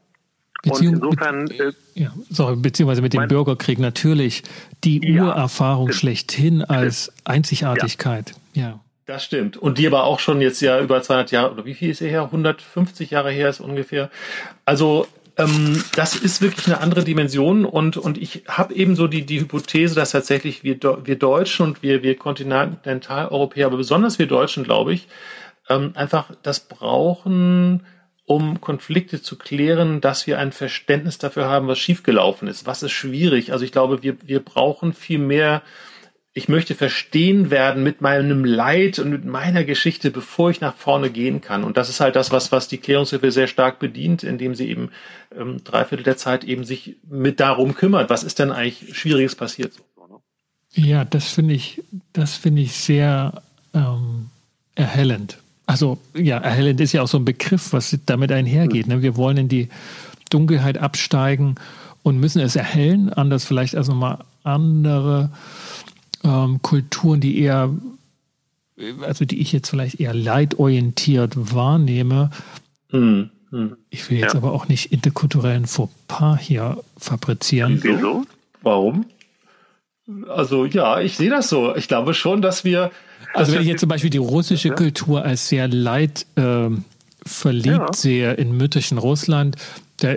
[SPEAKER 2] Beziehungsweise mit dem Bürgerkrieg natürlich die Urerfahrung schlechthin als Einzigartigkeit. Ja.
[SPEAKER 1] Das stimmt. Und die aber auch schon jetzt ja über 200 Jahre, oder wie viel ist er her? 150 Jahre her ist ungefähr. Also das ist wirklich eine andere Dimension und ich habe eben so die Hypothese, dass tatsächlich wir Deutschen und wir Kontinentaleuropäer, aber besonders wir Deutschen, glaube ich, einfach das brauchen, um Konflikte zu klären, dass wir ein Verständnis dafür haben, was schiefgelaufen ist, was ist schwierig. Also ich glaube, wir brauchen viel mehr. Ich möchte verstehen werden mit meinem Leid und mit meiner Geschichte, bevor ich nach vorne gehen kann. Und das ist halt das, was die Klärungshilfe sehr stark bedient, indem sie eben 3/4 der Zeit eben sich mit darum kümmert. Was ist denn eigentlich Schwieriges passiert?
[SPEAKER 2] Ja, das finde ich sehr erhellend. Also ja, erhellend ist ja auch so ein Begriff, was damit einhergeht. Ne? Wir wollen in die Dunkelheit absteigen und müssen es erhellen. Anders vielleicht als nochmal andere Kulturen, die ich jetzt vielleicht eher leidorientiert wahrnehme. Ich will jetzt aber auch nicht interkulturellen Fauxpas hier fabrizieren.
[SPEAKER 1] Wieso? Warum? Also ja, ich sehe das so. Ich glaube schon, dass wir...
[SPEAKER 2] Also wenn ich jetzt zum Beispiel die russische Kultur als sehr verliebt sehe in mütterchen Russland, da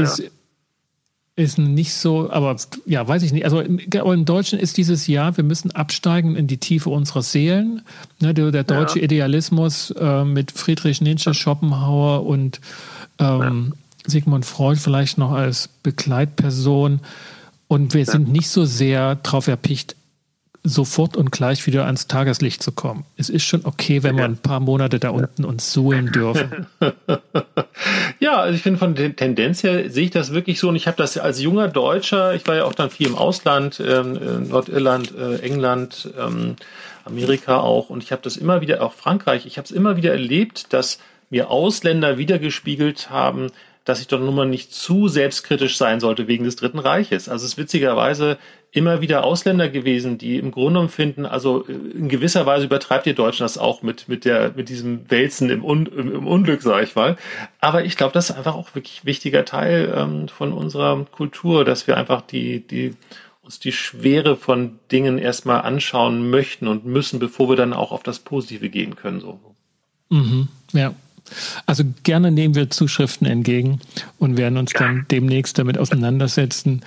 [SPEAKER 2] ist nicht so, aber ja, weiß ich nicht. Also im Deutschen ist dieses Jahr, wir müssen absteigen in die Tiefe unserer Seelen. Ne, der deutsche Idealismus mit Friedrich Nietzsche, Schopenhauer und Sigmund Freud vielleicht noch als Begleitperson. Und wir sind nicht so sehr darauf erpicht, sofort und gleich wieder ans Tageslicht zu kommen. Es ist schon okay, wenn wir ein paar Monate da unten uns suhlen dürfen.
[SPEAKER 1] Ja, also ich finde, von der Tendenz her sehe ich das wirklich so. Und ich habe das als junger Deutscher, ich war ja auch dann viel im Ausland, Nordirland, England, Amerika auch. Und ich habe das immer wieder, auch Frankreich, ich habe es immer wieder erlebt, dass mir Ausländer wiedergespiegelt haben, dass ich doch nun mal nicht zu selbstkritisch sein sollte wegen des Dritten Reiches. Also es ist witzigerweise immer wieder Ausländer gewesen, die im Grunde genommen finden, also in gewisser Weise übertreibt ihr Deutschen das auch mit diesem Wälzen im Unglück, sage ich mal. Aber ich glaube, das ist einfach auch wirklich ein wichtiger Teil von unserer Kultur, dass wir einfach uns die Schwere von Dingen erstmal anschauen möchten und müssen, bevor wir dann auch auf das Positive gehen können. So.
[SPEAKER 2] Ja. Also gerne nehmen wir Zuschriften entgegen und werden uns dann demnächst damit auseinandersetzen.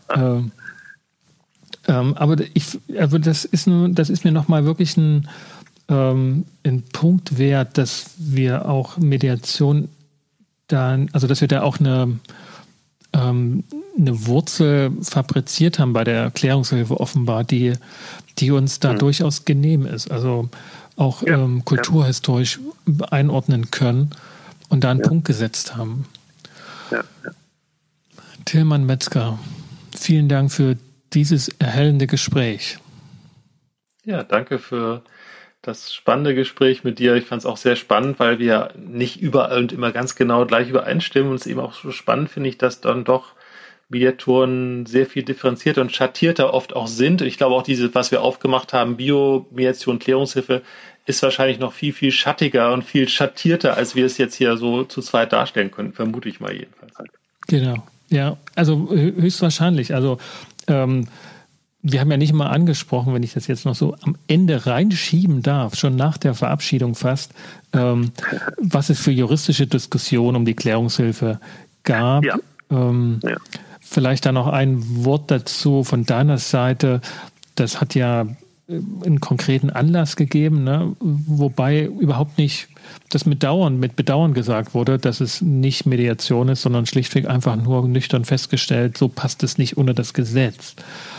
[SPEAKER 2] Aber das ist mir nochmal wirklich ein Punkt wert, dass wir auch Mediation dass wir da auch eine Wurzel fabriziert haben bei der Erklärungshilfe offenbar, die uns da durchaus genehm ist. Also auch kulturhistorisch einordnen können und da einen Punkt gesetzt haben. Tilman Metzger, vielen Dank für dieses erhellende Gespräch.
[SPEAKER 1] Ja, danke für das spannende Gespräch mit dir. Ich fand es auch sehr spannend, weil wir nicht überall und immer ganz genau gleich übereinstimmen. Und es ist eben auch so spannend, finde ich, dass dann doch Mediatoren sehr viel differenzierter und schattierter oft auch sind. Ich glaube auch was wir aufgemacht haben, Biomediation, Klärungshilfe, ist wahrscheinlich noch viel, viel schattiger und viel schattierter, als wir es jetzt hier so zu zweit darstellen können, vermute ich mal jedenfalls.
[SPEAKER 2] Genau, ja, also höchstwahrscheinlich. Also wir haben ja nicht mal angesprochen, wenn ich das jetzt noch so am Ende reinschieben darf, schon nach der Verabschiedung fast, was es für juristische Diskussionen um die Klärungshilfe gab. Ja. Vielleicht da noch ein Wort dazu von deiner Seite. Das hat ja einen konkreten Anlass gegeben, ne? Wobei überhaupt nicht das mit Bedauern gesagt wurde, dass es nicht Mediation ist, sondern schlichtweg einfach nur nüchtern festgestellt, so passt es nicht unter das Gesetz.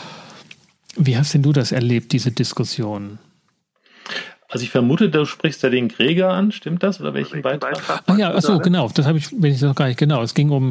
[SPEAKER 2] Wie hast denn du das erlebt, diese Diskussion?
[SPEAKER 1] Also ich vermute, du sprichst ja den Gregor an, stimmt das? Oder welchen Beitrag?
[SPEAKER 2] Genau, das habe ich, wenn ich das noch gar nicht genau. Es ging um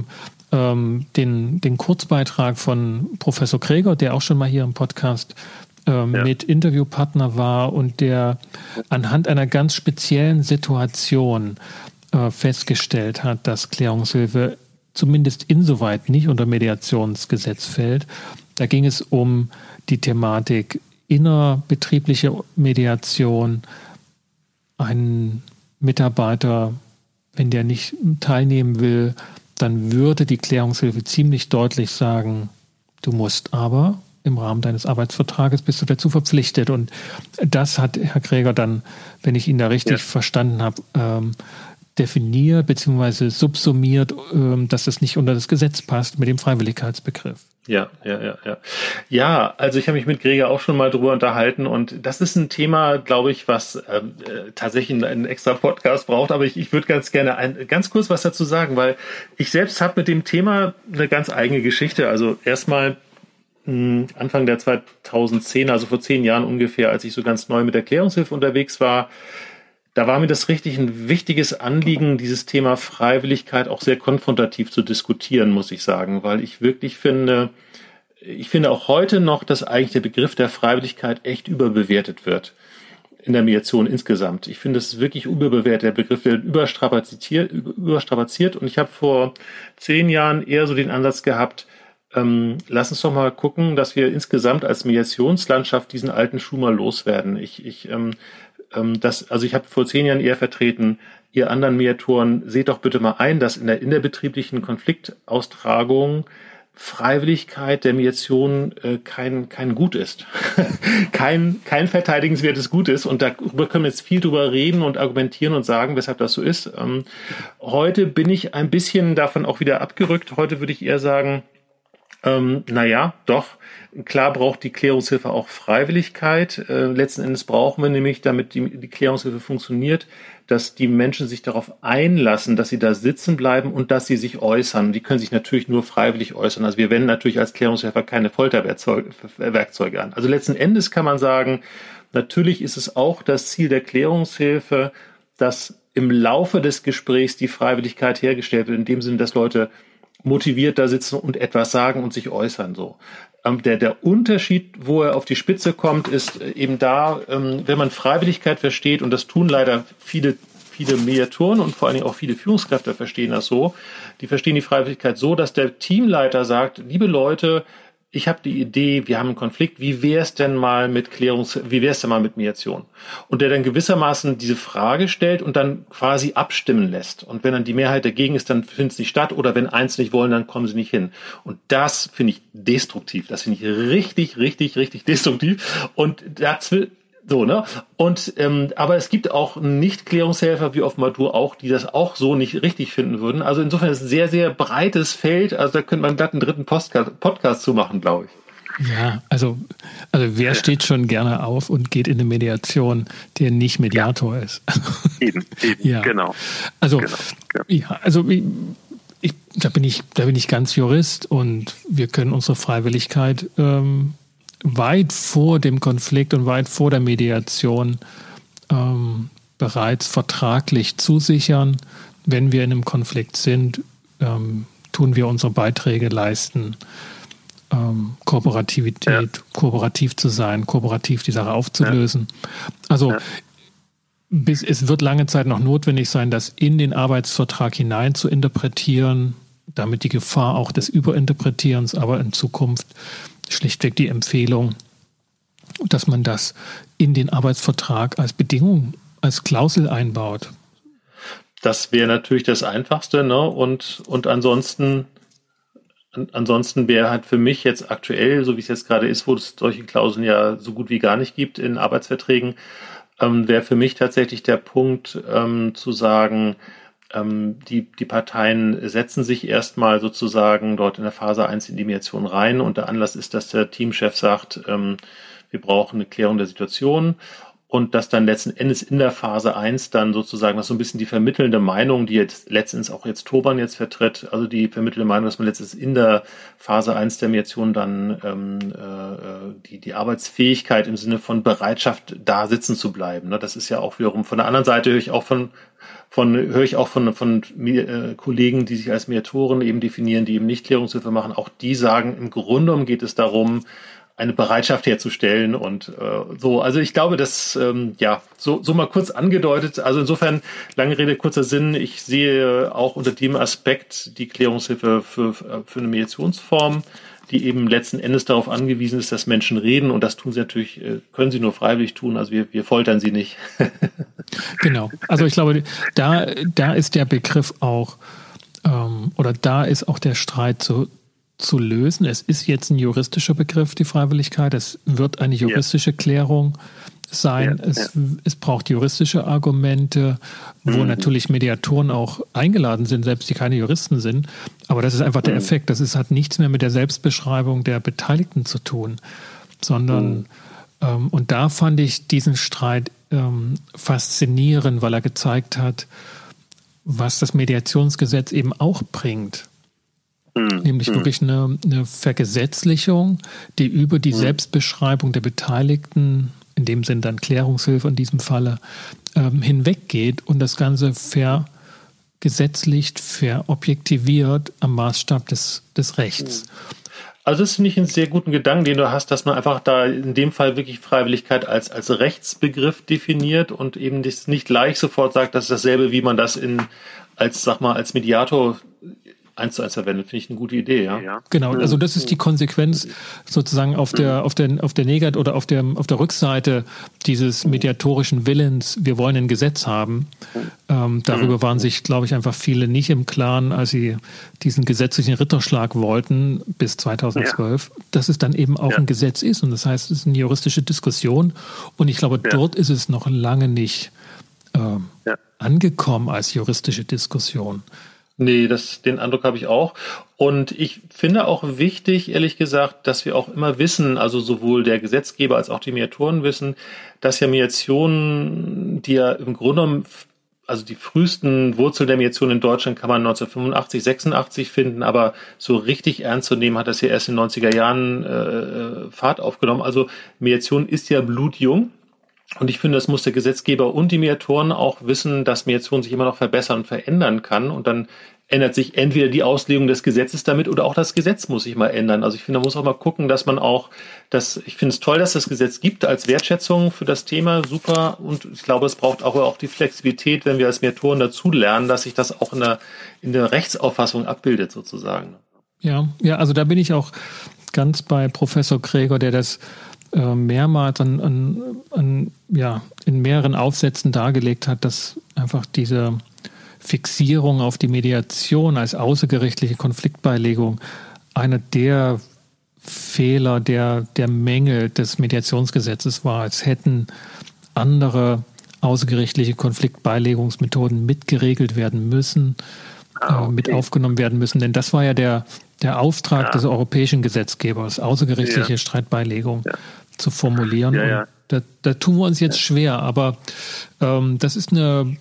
[SPEAKER 2] den Kurzbeitrag von Professor Gregor, der auch schon mal hier im Podcast mit Interviewpartner war und der anhand einer ganz speziellen Situation festgestellt hat, dass Klärungshilfe zumindest insoweit nicht unter Mediationsgesetz fällt. Da ging es um die Thematik innerbetriebliche Mediation. Ein Mitarbeiter, wenn der nicht teilnehmen will, dann würde die Klärungshilfe ziemlich deutlich sagen, du musst aber im Rahmen deines Arbeitsvertrages bist du dazu verpflichtet. Und das hat Herr Gregor dann, wenn ich ihn da richtig verstanden habe, definiert bzw. subsumiert, dass das nicht unter das Gesetz passt mit dem Freiwilligkeitsbegriff.
[SPEAKER 1] Ja. Ja, also ich habe mich mit Gregor auch schon mal drüber unterhalten und das ist ein Thema, glaube ich, was tatsächlich einen extra Podcast braucht, aber ich würde ganz gerne ganz kurz was dazu sagen, weil ich selbst habe mit dem Thema eine ganz eigene Geschichte. Also erstmal Anfang der 2010, also vor 10 Jahren ungefähr, als ich so ganz neu mit Erklärungshilfe unterwegs war, da war mir das richtig ein wichtiges Anliegen, dieses Thema Freiwilligkeit auch sehr konfrontativ zu diskutieren, muss ich sagen, weil ich wirklich finde auch heute noch, dass eigentlich der Begriff der Freiwilligkeit echt überbewertet wird in der Mediation insgesamt. Ich finde, es ist wirklich überbewertet. Der Begriff wird überstrapaziert und ich habe vor 10 Jahren eher so den Ansatz gehabt, lass uns doch mal gucken, dass wir insgesamt als Mediationslandschaft diesen alten Schuh mal loswerden. Ich habe vor 10 Jahren eher vertreten, ihr anderen Mediatoren, seht doch bitte mal ein, dass in der innerbetrieblichen Konfliktaustragung Freiwilligkeit der Mediation kein Gut ist. kein verteidigenswertes Gut ist. Und darüber können wir jetzt viel drüber reden und argumentieren und sagen, weshalb das so ist. Heute bin ich ein bisschen davon auch wieder abgerückt. Heute würde ich eher sagen, doch, klar braucht die Klärungshilfe auch Freiwilligkeit. Letzten Endes brauchen wir nämlich, damit die Klärungshilfe funktioniert, dass die Menschen sich darauf einlassen, dass sie da sitzen bleiben und dass sie sich äußern. Die können sich natürlich nur freiwillig äußern. Also wir wenden natürlich als Klärungshelfer keine Folterwerkzeuge an. Also letzten Endes kann man sagen, natürlich ist es auch das Ziel der Klärungshilfe, dass im Laufe des Gesprächs die Freiwilligkeit hergestellt wird, in dem Sinne, dass Leute motiviert da sitzen und etwas sagen und sich äußern. So. Der Unterschied, wo er auf die Spitze kommt, ist eben da, wenn man Freiwilligkeit versteht, und das tun leider viele Mediatoren und vor allen Dingen auch viele Führungskräfte verstehen das so, die verstehen die Freiwilligkeit so, dass der Teamleiter sagt, liebe Leute, ich habe die Idee, wir haben einen Konflikt, wie wär's denn mal mit Mediation? Und der dann gewissermaßen diese Frage stellt und dann quasi abstimmen lässt. Und wenn dann die Mehrheit dagegen ist, dann findet es nicht statt. Oder wenn eins nicht wollen, dann kommen sie nicht hin. Und das finde ich destruktiv. Das finde ich richtig, richtig, richtig destruktiv. Und so, ne? Und aber es gibt auch Nicht-Klärungshelfer, wie offenbar du auch, die das auch so nicht richtig finden würden. Also insofern ist es ein sehr, sehr breites Feld. Also da könnte man glatt einen dritten Podcast zu machen, glaube ich.
[SPEAKER 2] Ja, also wer steht schon gerne auf und geht in eine Mediation, der nicht Mediator ist?
[SPEAKER 3] Eben,
[SPEAKER 2] ja.
[SPEAKER 3] Genau.
[SPEAKER 2] Also,
[SPEAKER 3] genau.
[SPEAKER 2] Ja, also da bin ich ganz Jurist und wir können unsere Freiwilligkeit weit vor dem Konflikt und weit vor der Mediation bereits vertraglich zusichern. Wenn wir in einem Konflikt sind, tun wir unsere Beiträge leisten, kooperativ zu sein, kooperativ die Sache aufzulösen. Also es wird lange Zeit noch notwendig sein, das in den Arbeitsvertrag hinein zu interpretieren, damit die Gefahr auch des Überinterpretierens, aber in Zukunft schlichtweg die Empfehlung, dass man das in den Arbeitsvertrag als Bedingung, als Klausel einbaut.
[SPEAKER 1] Das wäre natürlich das Einfachste, ne? Und ansonsten wäre halt für mich jetzt aktuell, so wie es jetzt gerade ist, wo es solche Klauseln ja so gut wie gar nicht gibt in Arbeitsverträgen, wäre für mich tatsächlich der Punkt zu sagen, die Parteien setzen sich erstmal sozusagen dort in der Phase 1 in die Mediation rein und der Anlass ist, dass der Teamchef sagt, wir brauchen eine Klärung der Situation und dass dann letzten Endes in der Phase 1 dann sozusagen, das so ein bisschen die vermittelnde Meinung, die jetzt letztens auch jetzt Toban jetzt vertritt, also die vermittelnde Meinung, dass man letztens in der Phase 1 der Mediation dann die Arbeitsfähigkeit im Sinne von Bereitschaft da sitzen zu bleiben. Ne? Das ist ja auch wiederum von der anderen Seite höre ich auch von Kollegen, die sich als Mediatoren eben definieren, die eben nicht Klärungshilfe machen, auch die sagen, im Grunde genommen geht es darum, eine Bereitschaft herzustellen und so. Also ich glaube, das so mal kurz angedeutet. Also insofern, lange Rede, kurzer Sinn. Ich sehe auch unter dem Aspekt die Klärungshilfe für eine Mediationsform, die eben letzten Endes darauf angewiesen ist, dass Menschen reden und das tun sie natürlich, können sie nur freiwillig tun. Also wir foltern sie nicht.
[SPEAKER 2] Genau. Also ich glaube, da ist der Begriff auch oder da ist auch der Streit zu lösen. Es ist jetzt ein juristischer Begriff, die Freiwilligkeit. Es wird eine juristische Klärung sein. Es braucht juristische Argumente, wo natürlich Mediatoren auch eingeladen sind, selbst die keine Juristen sind. Aber das ist einfach der Effekt. Hat nichts mehr mit der Selbstbeschreibung der Beteiligten zu tun, sondern und da fand ich diesen Streit faszinierend, weil er gezeigt hat, was das Mediationsgesetz eben auch bringt. Nämlich wirklich eine Vergesetzlichung, die über die Selbstbeschreibung der Beteiligten, in dem Sinn dann Klärungshilfe in diesem Falle, hinweggeht und das Ganze vergesetzlicht, verobjektiviert am Maßstab des Rechts.
[SPEAKER 1] Also das finde ich einen sehr guten Gedanken, den du hast, dass man einfach da in dem Fall wirklich Freiwilligkeit als Rechtsbegriff definiert und eben nicht gleich sofort sagt, das ist dasselbe, wie man das als Mediator 1:1 verwendet, finde ich eine gute Idee, ja.
[SPEAKER 2] Genau, also das ist die Konsequenz sozusagen auf der Negat- oder auf der Rückseite dieses mediatorischen Willens, wir wollen ein Gesetz haben. Darüber waren sich, glaube ich, einfach viele nicht im Klaren, als sie diesen gesetzlichen Ritterschlag wollten bis 2012, dass es dann eben auch ein Gesetz ist. Und das heißt, es ist eine juristische Diskussion. Und ich glaube, dort ist es noch lange nicht angekommen als juristische Diskussion.
[SPEAKER 1] Nee, den Eindruck habe ich auch. Und ich finde auch wichtig, ehrlich gesagt, dass wir auch immer wissen, also sowohl der Gesetzgeber als auch die Mediatoren wissen, dass ja Mediationen, die ja im Grunde genommen, also die frühesten Wurzeln der Mediation in Deutschland kann man 1985, 86 finden, aber so richtig ernst zu nehmen hat das ja erst in den 90er Jahren Fahrt aufgenommen. Also Mediation ist ja blutjung. Und ich finde, das muss der Gesetzgeber und die Mediatoren auch wissen, dass Mediation sich immer noch verbessern und verändern kann. Und dann ändert sich entweder die Auslegung des Gesetzes damit oder auch das Gesetz muss sich mal ändern. Also ich finde, man muss auch mal gucken, dass man auch ich finde es toll, dass das Gesetz gibt als Wertschätzung für das Thema. Super. Und ich glaube, es braucht auch die Flexibilität, wenn wir als Mediatoren dazu lernen, dass sich das auch in der Rechtsauffassung abbildet sozusagen.
[SPEAKER 2] Ja, also da bin ich auch ganz bei Professor Gregor, der das mehrmals in mehreren Aufsätzen dargelegt hat, dass einfach diese Fixierung auf die Mediation als außergerichtliche Konfliktbeilegung einer der Fehler, der Mängel des Mediationsgesetzes war, als hätten andere außergerichtliche Konfliktbeilegungsmethoden mitgeregelt werden müssen, mit aufgenommen werden müssen. Denn das war ja der Auftrag des europäischen Gesetzgebers, außergerichtliche Streitbeilegung zu formulieren.
[SPEAKER 1] Ja.
[SPEAKER 2] Und da tun wir uns jetzt schwer, aber das ist eine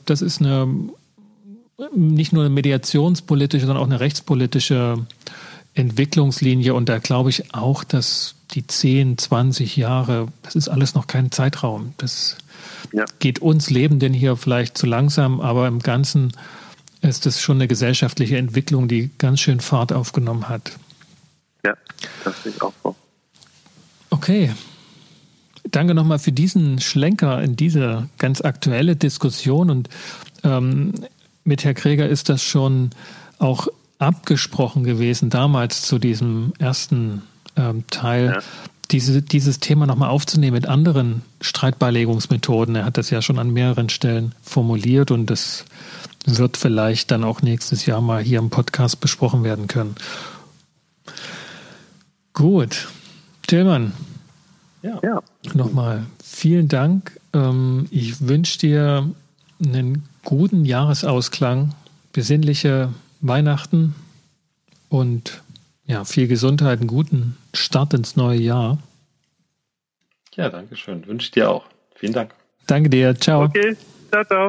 [SPEAKER 2] nicht nur eine mediationspolitische, sondern auch eine rechtspolitische Entwicklungslinie. Und da glaube ich auch, dass die 10, 20 Jahre, das ist alles noch kein Zeitraum. Das geht uns Lebenden hier vielleicht zu langsam, aber im Ganzen ist es schon eine gesellschaftliche Entwicklung, die ganz schön Fahrt aufgenommen hat.
[SPEAKER 3] Ja, das sehe ich auch so.
[SPEAKER 2] Okay. Danke nochmal für diesen Schlenker in diese ganz aktuelle Diskussion. Und mit Herrn Gregor ist das schon auch abgesprochen gewesen, damals zu diesem ersten Teil, dieses Thema nochmal aufzunehmen mit anderen Streitbeilegungsmethoden. Er hat das ja schon an mehreren Stellen formuliert und das wird vielleicht dann auch nächstes Jahr mal hier im Podcast besprochen werden können. Gut. Tillmann.
[SPEAKER 3] Ja.
[SPEAKER 2] Nochmal vielen Dank. Ich wünsche dir einen guten Jahresausklang, besinnliche Weihnachten und viel Gesundheit, einen guten Start ins neue Jahr.
[SPEAKER 1] Ja, danke schön. Wünsche ich dir auch. Vielen Dank.
[SPEAKER 2] Danke dir. Ciao.
[SPEAKER 3] Okay. Ciao.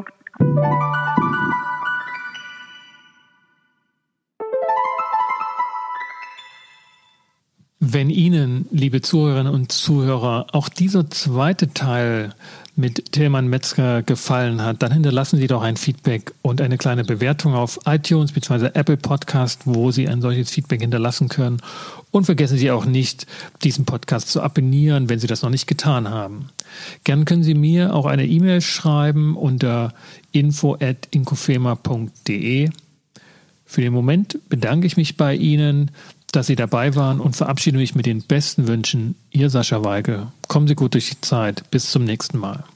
[SPEAKER 2] Wenn Ihnen, liebe Zuhörerinnen und Zuhörer, auch dieser zweite Teil mit Tillmann Metzger gefallen hat, dann hinterlassen Sie doch ein Feedback und eine kleine Bewertung auf iTunes bzw. Apple Podcast, wo Sie ein solches Feedback hinterlassen können. Und vergessen Sie auch nicht, diesen Podcast zu abonnieren, wenn Sie das noch nicht getan haben. Gern können Sie mir auch eine E-Mail schreiben unter info@inkofema.de. Für den Moment bedanke ich mich bei Ihnen, dass Sie dabei waren und verabschiede mich mit den besten Wünschen. Ihr Sascha Weigel. Kommen Sie gut durch die Zeit. Bis zum nächsten Mal.